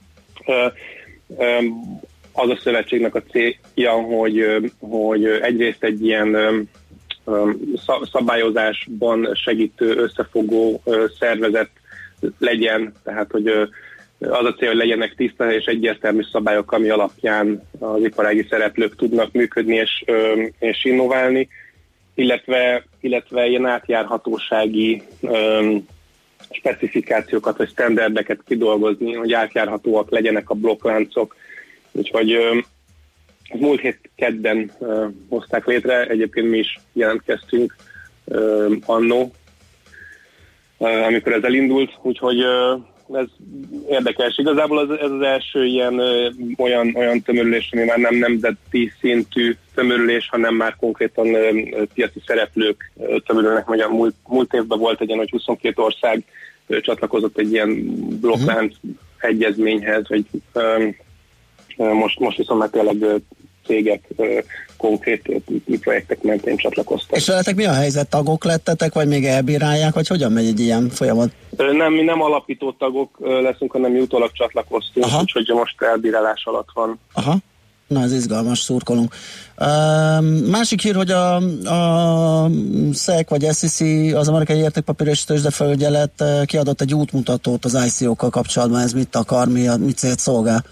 az a szövetségnek a célja, hogy egyrészt egy ilyen szabályozásban segítő, összefogó szervezet legyen, tehát hogy az a cél, hogy legyenek tiszta és egyértelmű szabályok, ami alapján az iparági szereplők tudnak működni és innoválni, illetve ilyen átjárhatósági specifikációkat vagy standardeket kidolgozni, hogy átjárhatóak legyenek a blokkláncok. Úgyhogy múlt hét kedden hozták létre, egyébként mi is jelentkeztünk annó, amikor ez elindult, úgyhogy ez érdekes. Igazából ez az első ilyen olyan tömörülés, ami már nem nemzeti szintű tömörülés, hanem már konkrétan piaci szereplők tömörülnek. Magyar múlt évben volt egy ilyen, hogy 22 ország csatlakozott egy ilyen blokklánc egyezményhez, vagy Most viszont már tényleg cégek konkrét projektek mentén csatlakoztak. És veletek mi a helyzet? Tagok lettetek, vagy még elbírálják, vagy hogyan megy egy ilyen folyamat? Nem, mi nem alapító tagok leszünk, hanem mi utólag csatlakoztunk, úgyhogy most elbírálás alatt van. Aha. Na, ez izgalmas, szurkolunk. Másik hír, hogy a SEC vagy SEC, az amerikai értékpapír és tőzsdefelügyelet kiadott egy útmutatót az ICO-kkal kapcsolatban. Ez mit akar, mi célt szolgál?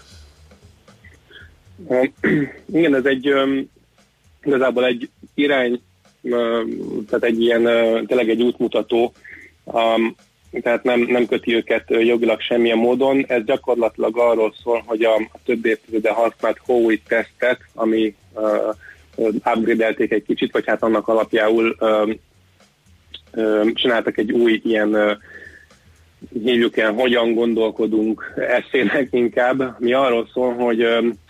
Igen, ez igazából egy irány, tehát egy ilyen, tényleg egy útmutató, tehát nem köti őket jogilag semmilyen módon. Ez gyakorlatilag arról szól, hogy a több évtizede használt Howey tesztet, ami upgrade-elték egy kicsit, vagy hát annak alapjául csináltak egy új ilyen, hívjuk el, hogyan gondolkodunk eszének inkább, mi arról szól, hogy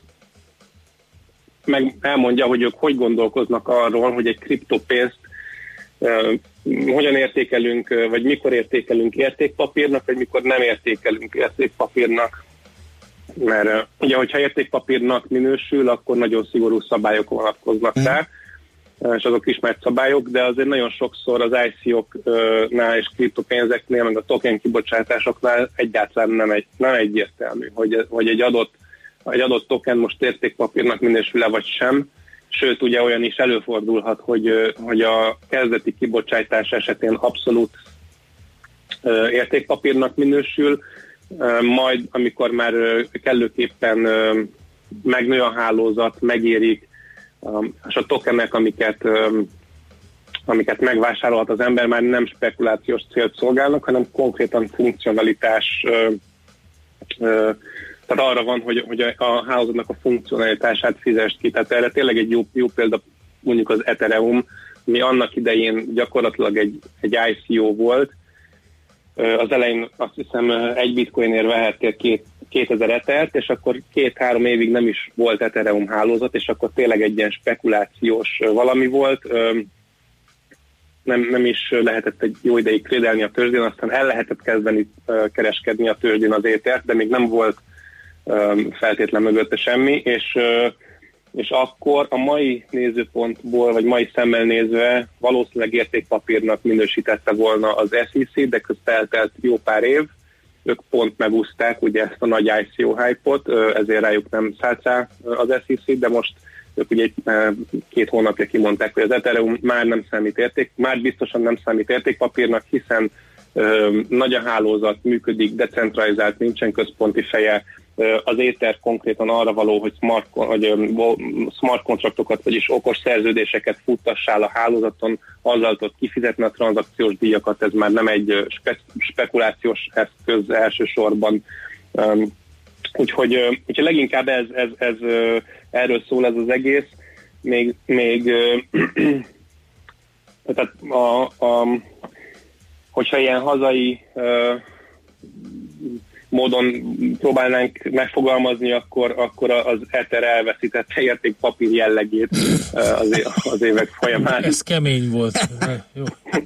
meg elmondja, hogy ők hogy gondolkoznak arról, hogy egy kriptopénzt hogyan értékelünk, vagy mikor értékelünk értékpapírnak, vagy mikor nem értékelünk értékpapírnak. Mert ugye, hogyha értékpapírnak minősül, akkor nagyon szigorú szabályok vonatkoznak rá, és azok ismert szabályok, de azért nagyon sokszor az ICO-knál és kriptopénzeknél, meg a token kibocsátásoknál egyáltalán nem egyértelmű, hogy egy adott token most értékpapírnak minősül-e vagy sem. Sőt, ugye olyan is előfordulhat, hogy a kezdeti kibocsátás esetén abszolút értékpapírnak minősül, majd amikor már kellőképpen megnő a hálózat, megérik, és a tokenek, amiket megvásárolhat az ember, már nem spekulációs célt szolgálnak, hanem konkrétan funkcionalitás, tehát arra van, hogy a hálózatnak a funkcionalitását fizest ki. Tehát erre tényleg egy jó példa mondjuk az Ethereum, ami annak idején gyakorlatilag egy ICO volt. Az elején azt hiszem egy bitcoinért vehettél 2000 Ethert, és akkor 2-3 évig nem is volt Ethereum hálózat, és akkor tényleg egy ilyen spekulációs valami volt. Nem is lehetett egy jó ideig trédelni a tőzsdén, aztán el lehetett kezdeni kereskedni a tőzsdén az Ethert, de még nem volt feltétlen mögötte semmi, és akkor a mai nézőpontból, vagy mai szemmel nézve valószínűleg értékpapírnak minősítette volna az SEC, de közben eltelt jó pár év, ők pont megúszták ugye ezt a nagy ICO hype-ot, ezért rájuk nem szállt rá az SEC, de most ők ugye 2 hónapja kimondták, hogy az Ethereum már biztosan nem számít értékpapírnak, hiszen nagy a hálózat, működik, decentralizált, nincsen központi feje. Az Ether konkrétan arra való, hogy smart kontraktokat, vagyis okos szerződéseket futtassál a hálózaton, azzal tud kifizetni a tranzakciós díjakat, ez már nem egy spekulációs eszköz elsősorban. Úgyhogy leginkább ez erről szól ez az egész. Még tehát hogyha ilyen hazai módon próbálnánk megfogalmazni, akkor az Ether elveszítette értékpapír jellegét az évek folyamán. Ez kemény volt. Jó.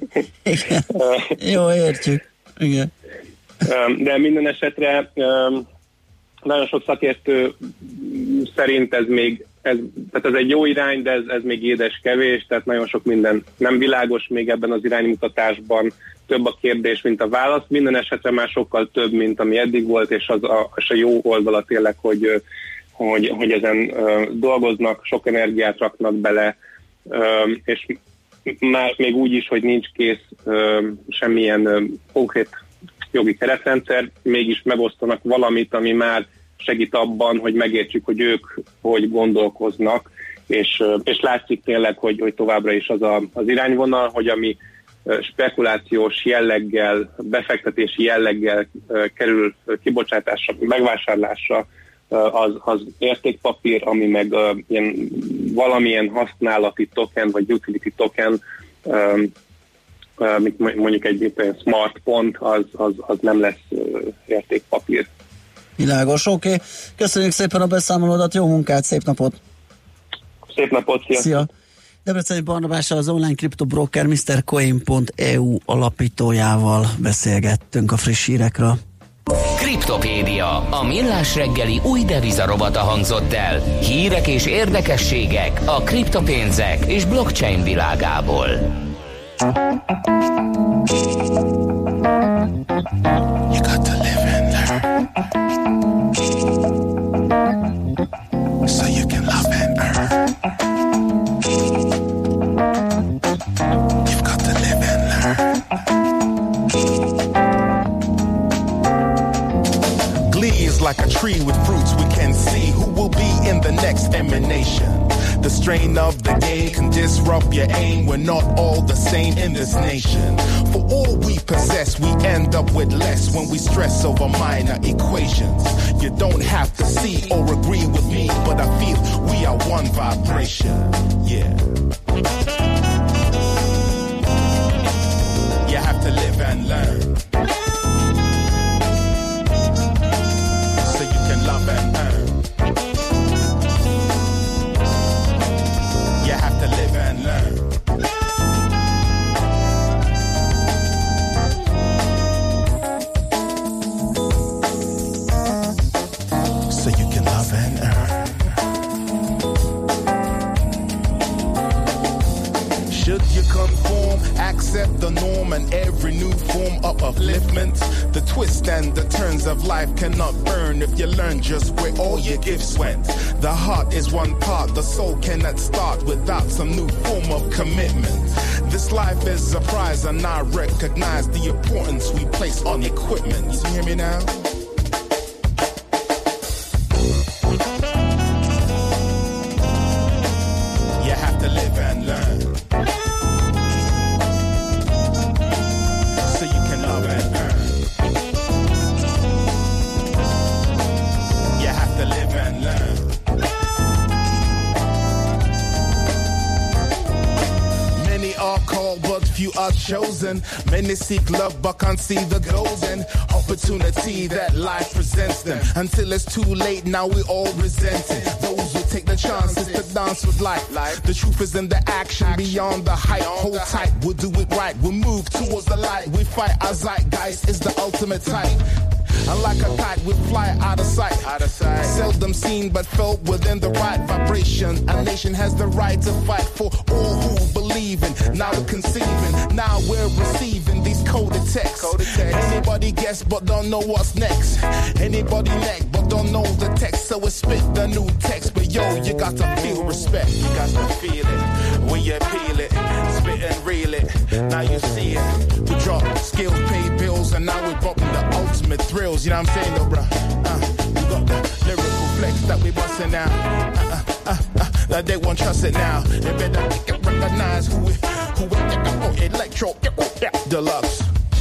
Jó, értjük. Igen. De minden esetre nagyon sok szakértő szerint tehát ez egy jó irány, de ez még édes kevés, tehát nagyon sok minden nem világos még ebben az iránymutatásban, több a kérdés, mint a válasz, minden esetre már sokkal több, mint ami eddig volt, és a jó oldala tényleg, hogy ezen dolgoznak, sok energiát raknak bele, és már még úgy is, hogy nincs kész semmilyen konkrét jogi keretrendszer, mégis megosztanak valamit, ami már segít abban, hogy megértsük, hogy ők hogy gondolkoznak, és látszik tényleg, hogy továbbra is az irányvonal, hogy ami spekulációs jelleggel, befektetési jelleggel kerül kibocsátásra, megvásárlásra, az értékpapír, ami meg valamilyen használati token, vagy utility token, mondjuk egy smart pont, az nem lesz értékpapír. Világos, oké. Köszönjük szépen a beszámolódat, jó munkát, szép napot! Szép napot, szia! Debreceni Barnabással, az online kriptobroker MrCoin.eu alapítójával beszélgettünk a friss hírekről. Kriptopédia, a millás reggeli új devizarobata hangzott el. Hírek és érdekességek a kriptopénzek és blockchain világából. You got to live and learn, so you can love and earn. You've got to live and learn. Glee is like a tree with fruits we can see. Who will be in the next emanation? The strain of the game can disrupt your aim. We're not all the same in this nation. For all we possess, we end up with less when we stress over minor equations. You don't have to see or agree with me, but I feel we are one vibration. Yeah. You have to live and learn, so you can love and earn. You have to live and learn. So you can love and earn. Should you conform, accept the norm and every new form of upliftment? The twists and the turns of life cannot burn if you learn just where all your gifts went. The heart is one part, the soul cannot start without some new form of commitment. This life is a prize and I recognize the importance we place on equipment. You hear me now? You have to live and learn, so you can love and earn. You have to live and learn. Many are called, but few are chosen. Many seek love, but can't see the golden opportunity that life presents them. Until it's too late, now we all resent it. Those who take the chances to dance with life. The truth is in the action, beyond the hype. Hold tight, we'll do it right. We'll move towards the light. We fight our zeitgeist, is the ultimate type. And like a kite, we fly out of sight. Seldom seen, but felt within the right vibration. A nation has the right to fight for all who believe in. Now we're conceiving, now we're receiving these coded texts. Anybody guess but don't know what's next. Anybody neck but don't know the text. So we spit the new text. But yo, you got to feel respect. You got to feel it when you peel it. Spit and reel it. Now you see it. We drop skills, pay bills, and now we're dropping the ultimate thrills. You know what I'm saying, though, bruh? We got the lyrical flex that we bustin' now. That they won't trust it now. They better recognize who Electro Deluxe.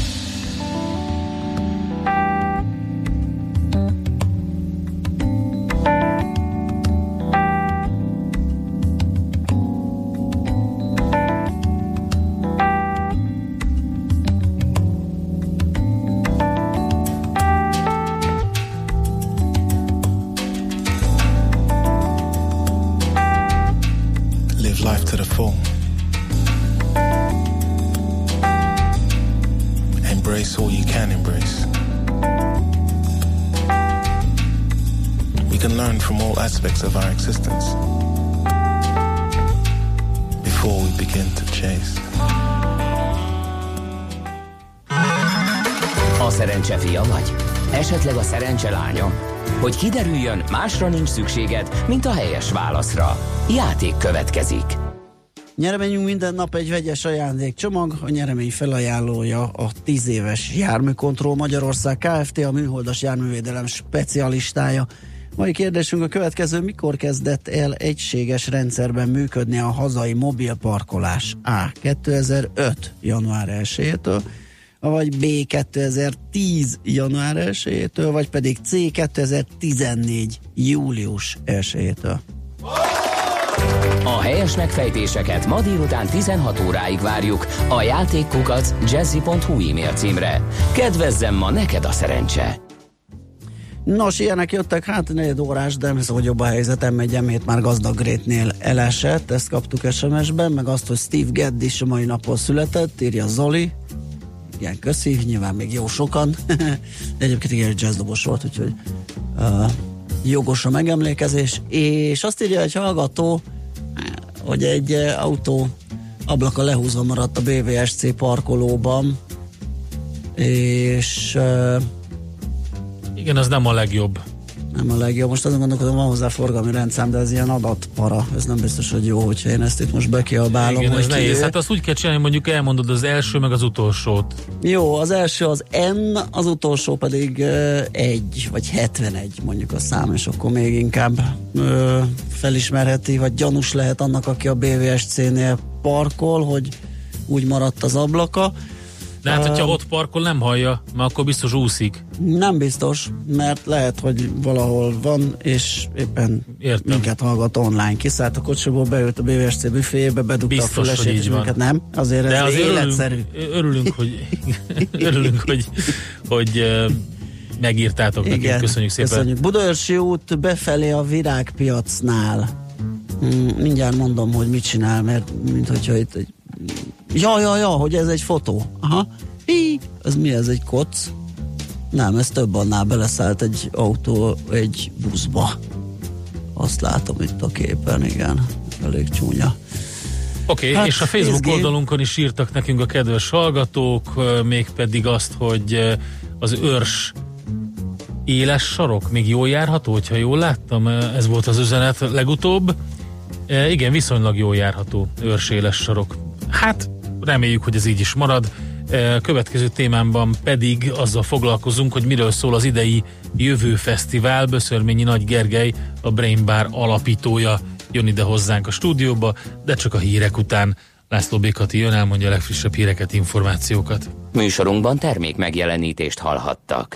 Life to the full. Embrace all you can embrace. We can learn from all aspects of our existence before we begin to chase. A szerencse fia vagy? Esetleg a szerencse lánya? Hogy kiderüljön, másra nincs szükséged, mint a helyes válaszra. Játék következik. Nyereményünk minden nap egy vegyes ajándékcsomag, a nyeremény felajánlója a 10 éves Járműkontroll Magyarország Kft., a műholdas járművédelem specialistája. Mai kérdésünk a következő: mikor kezdett el egységes rendszerben működni a hazai mobilparkolás? A. 2005. január 1-től, vagy B. 2010. január 1-től, vagy pedig C. 2014. július 1-től. A helyes megfejtéseket ma délután 16 óráig várjuk a játékkukac@jazzy.hu e-mail címre. Kedvezzem ma neked a szerencse! Nos, ilyenek jöttek, hát 4 órás, de hiszem, hogy jobb a helyzetem, megy emét már Gazdag Grétnél elesett, ezt kaptuk SMS-ben, meg azt, hogy Steve Gadd is a mai napon született, írja Zoli. Igen, köszi, nyilván még jó sokan. De egyébként igen, jazzdobos volt, úgyhogy jogos a megemlékezés. És azt írja egy hallgató, hogy egy autó ablaka lehúzva maradt a BVSC parkolóban, és igen, az nem a legjobb. Nem a legjobb. Most azon gondolkodom, van hozzá forgalmi rendszám, de ez ilyen adatpara. Ez nem biztos, hogy jó, hogyha én ezt itt most bekiabálom. Igen, ez nehéz. Hát azt úgy kell csinálni, mondjuk elmondod az első, meg az utolsót. Jó, az első az N, az utolsó pedig 1, vagy 71 mondjuk a szám, és akkor még inkább felismerheti, vagy gyanús lehet annak, aki a BVSC-nél parkol, hogy úgy maradt az ablaka. De hát, hogyha ott parkol, nem hallja, mert akkor biztos úszik. Nem biztos, mert lehet, hogy valahol van, és éppen minket hallgat online. Kiszállt a kocsiból, beült a BVSC büféjébe, bedugta biztos, a fülesét, és minket nem. Azért de ez azért életszerű. Örülünk, hogy megírtátok nekünk. Köszönjük szépen. Köszönjük. Budaörsi út befelé a Virágpiacnál. Mindjárt mondom, hogy mit csinál, mert mint hogyha itt egy... Ja, hogy ez egy fotó. Aha. Ez mi, ez egy koc? Nem, ez több annál, beleszállt egy autó egy buszba. Azt látom itt a képen, igen. Elég csúnya. Oké, hát, és a Facebook oldalunkon is írtak nekünk a kedves hallgatók, mégpedig azt, hogy az őrs éles sarok még jól járható, hogyha jól láttam, ez volt az üzenet legutóbb. Igen, viszonylag jól járható őrs éles sarok. Hát, reméljük, hogy ez így is marad. Következő témámban pedig azzal foglalkozunk, hogy miről szól az idei Jövő Fesztivál. Böszörményi Nagy Gergely, a Brain Bar alapítója jön ide hozzánk a stúdióba, de csak a hírek után. László B. Kati jön, elmondja a legfrissebb híreket, információkat. Műsorunkban termék megjelenítést hallhattak.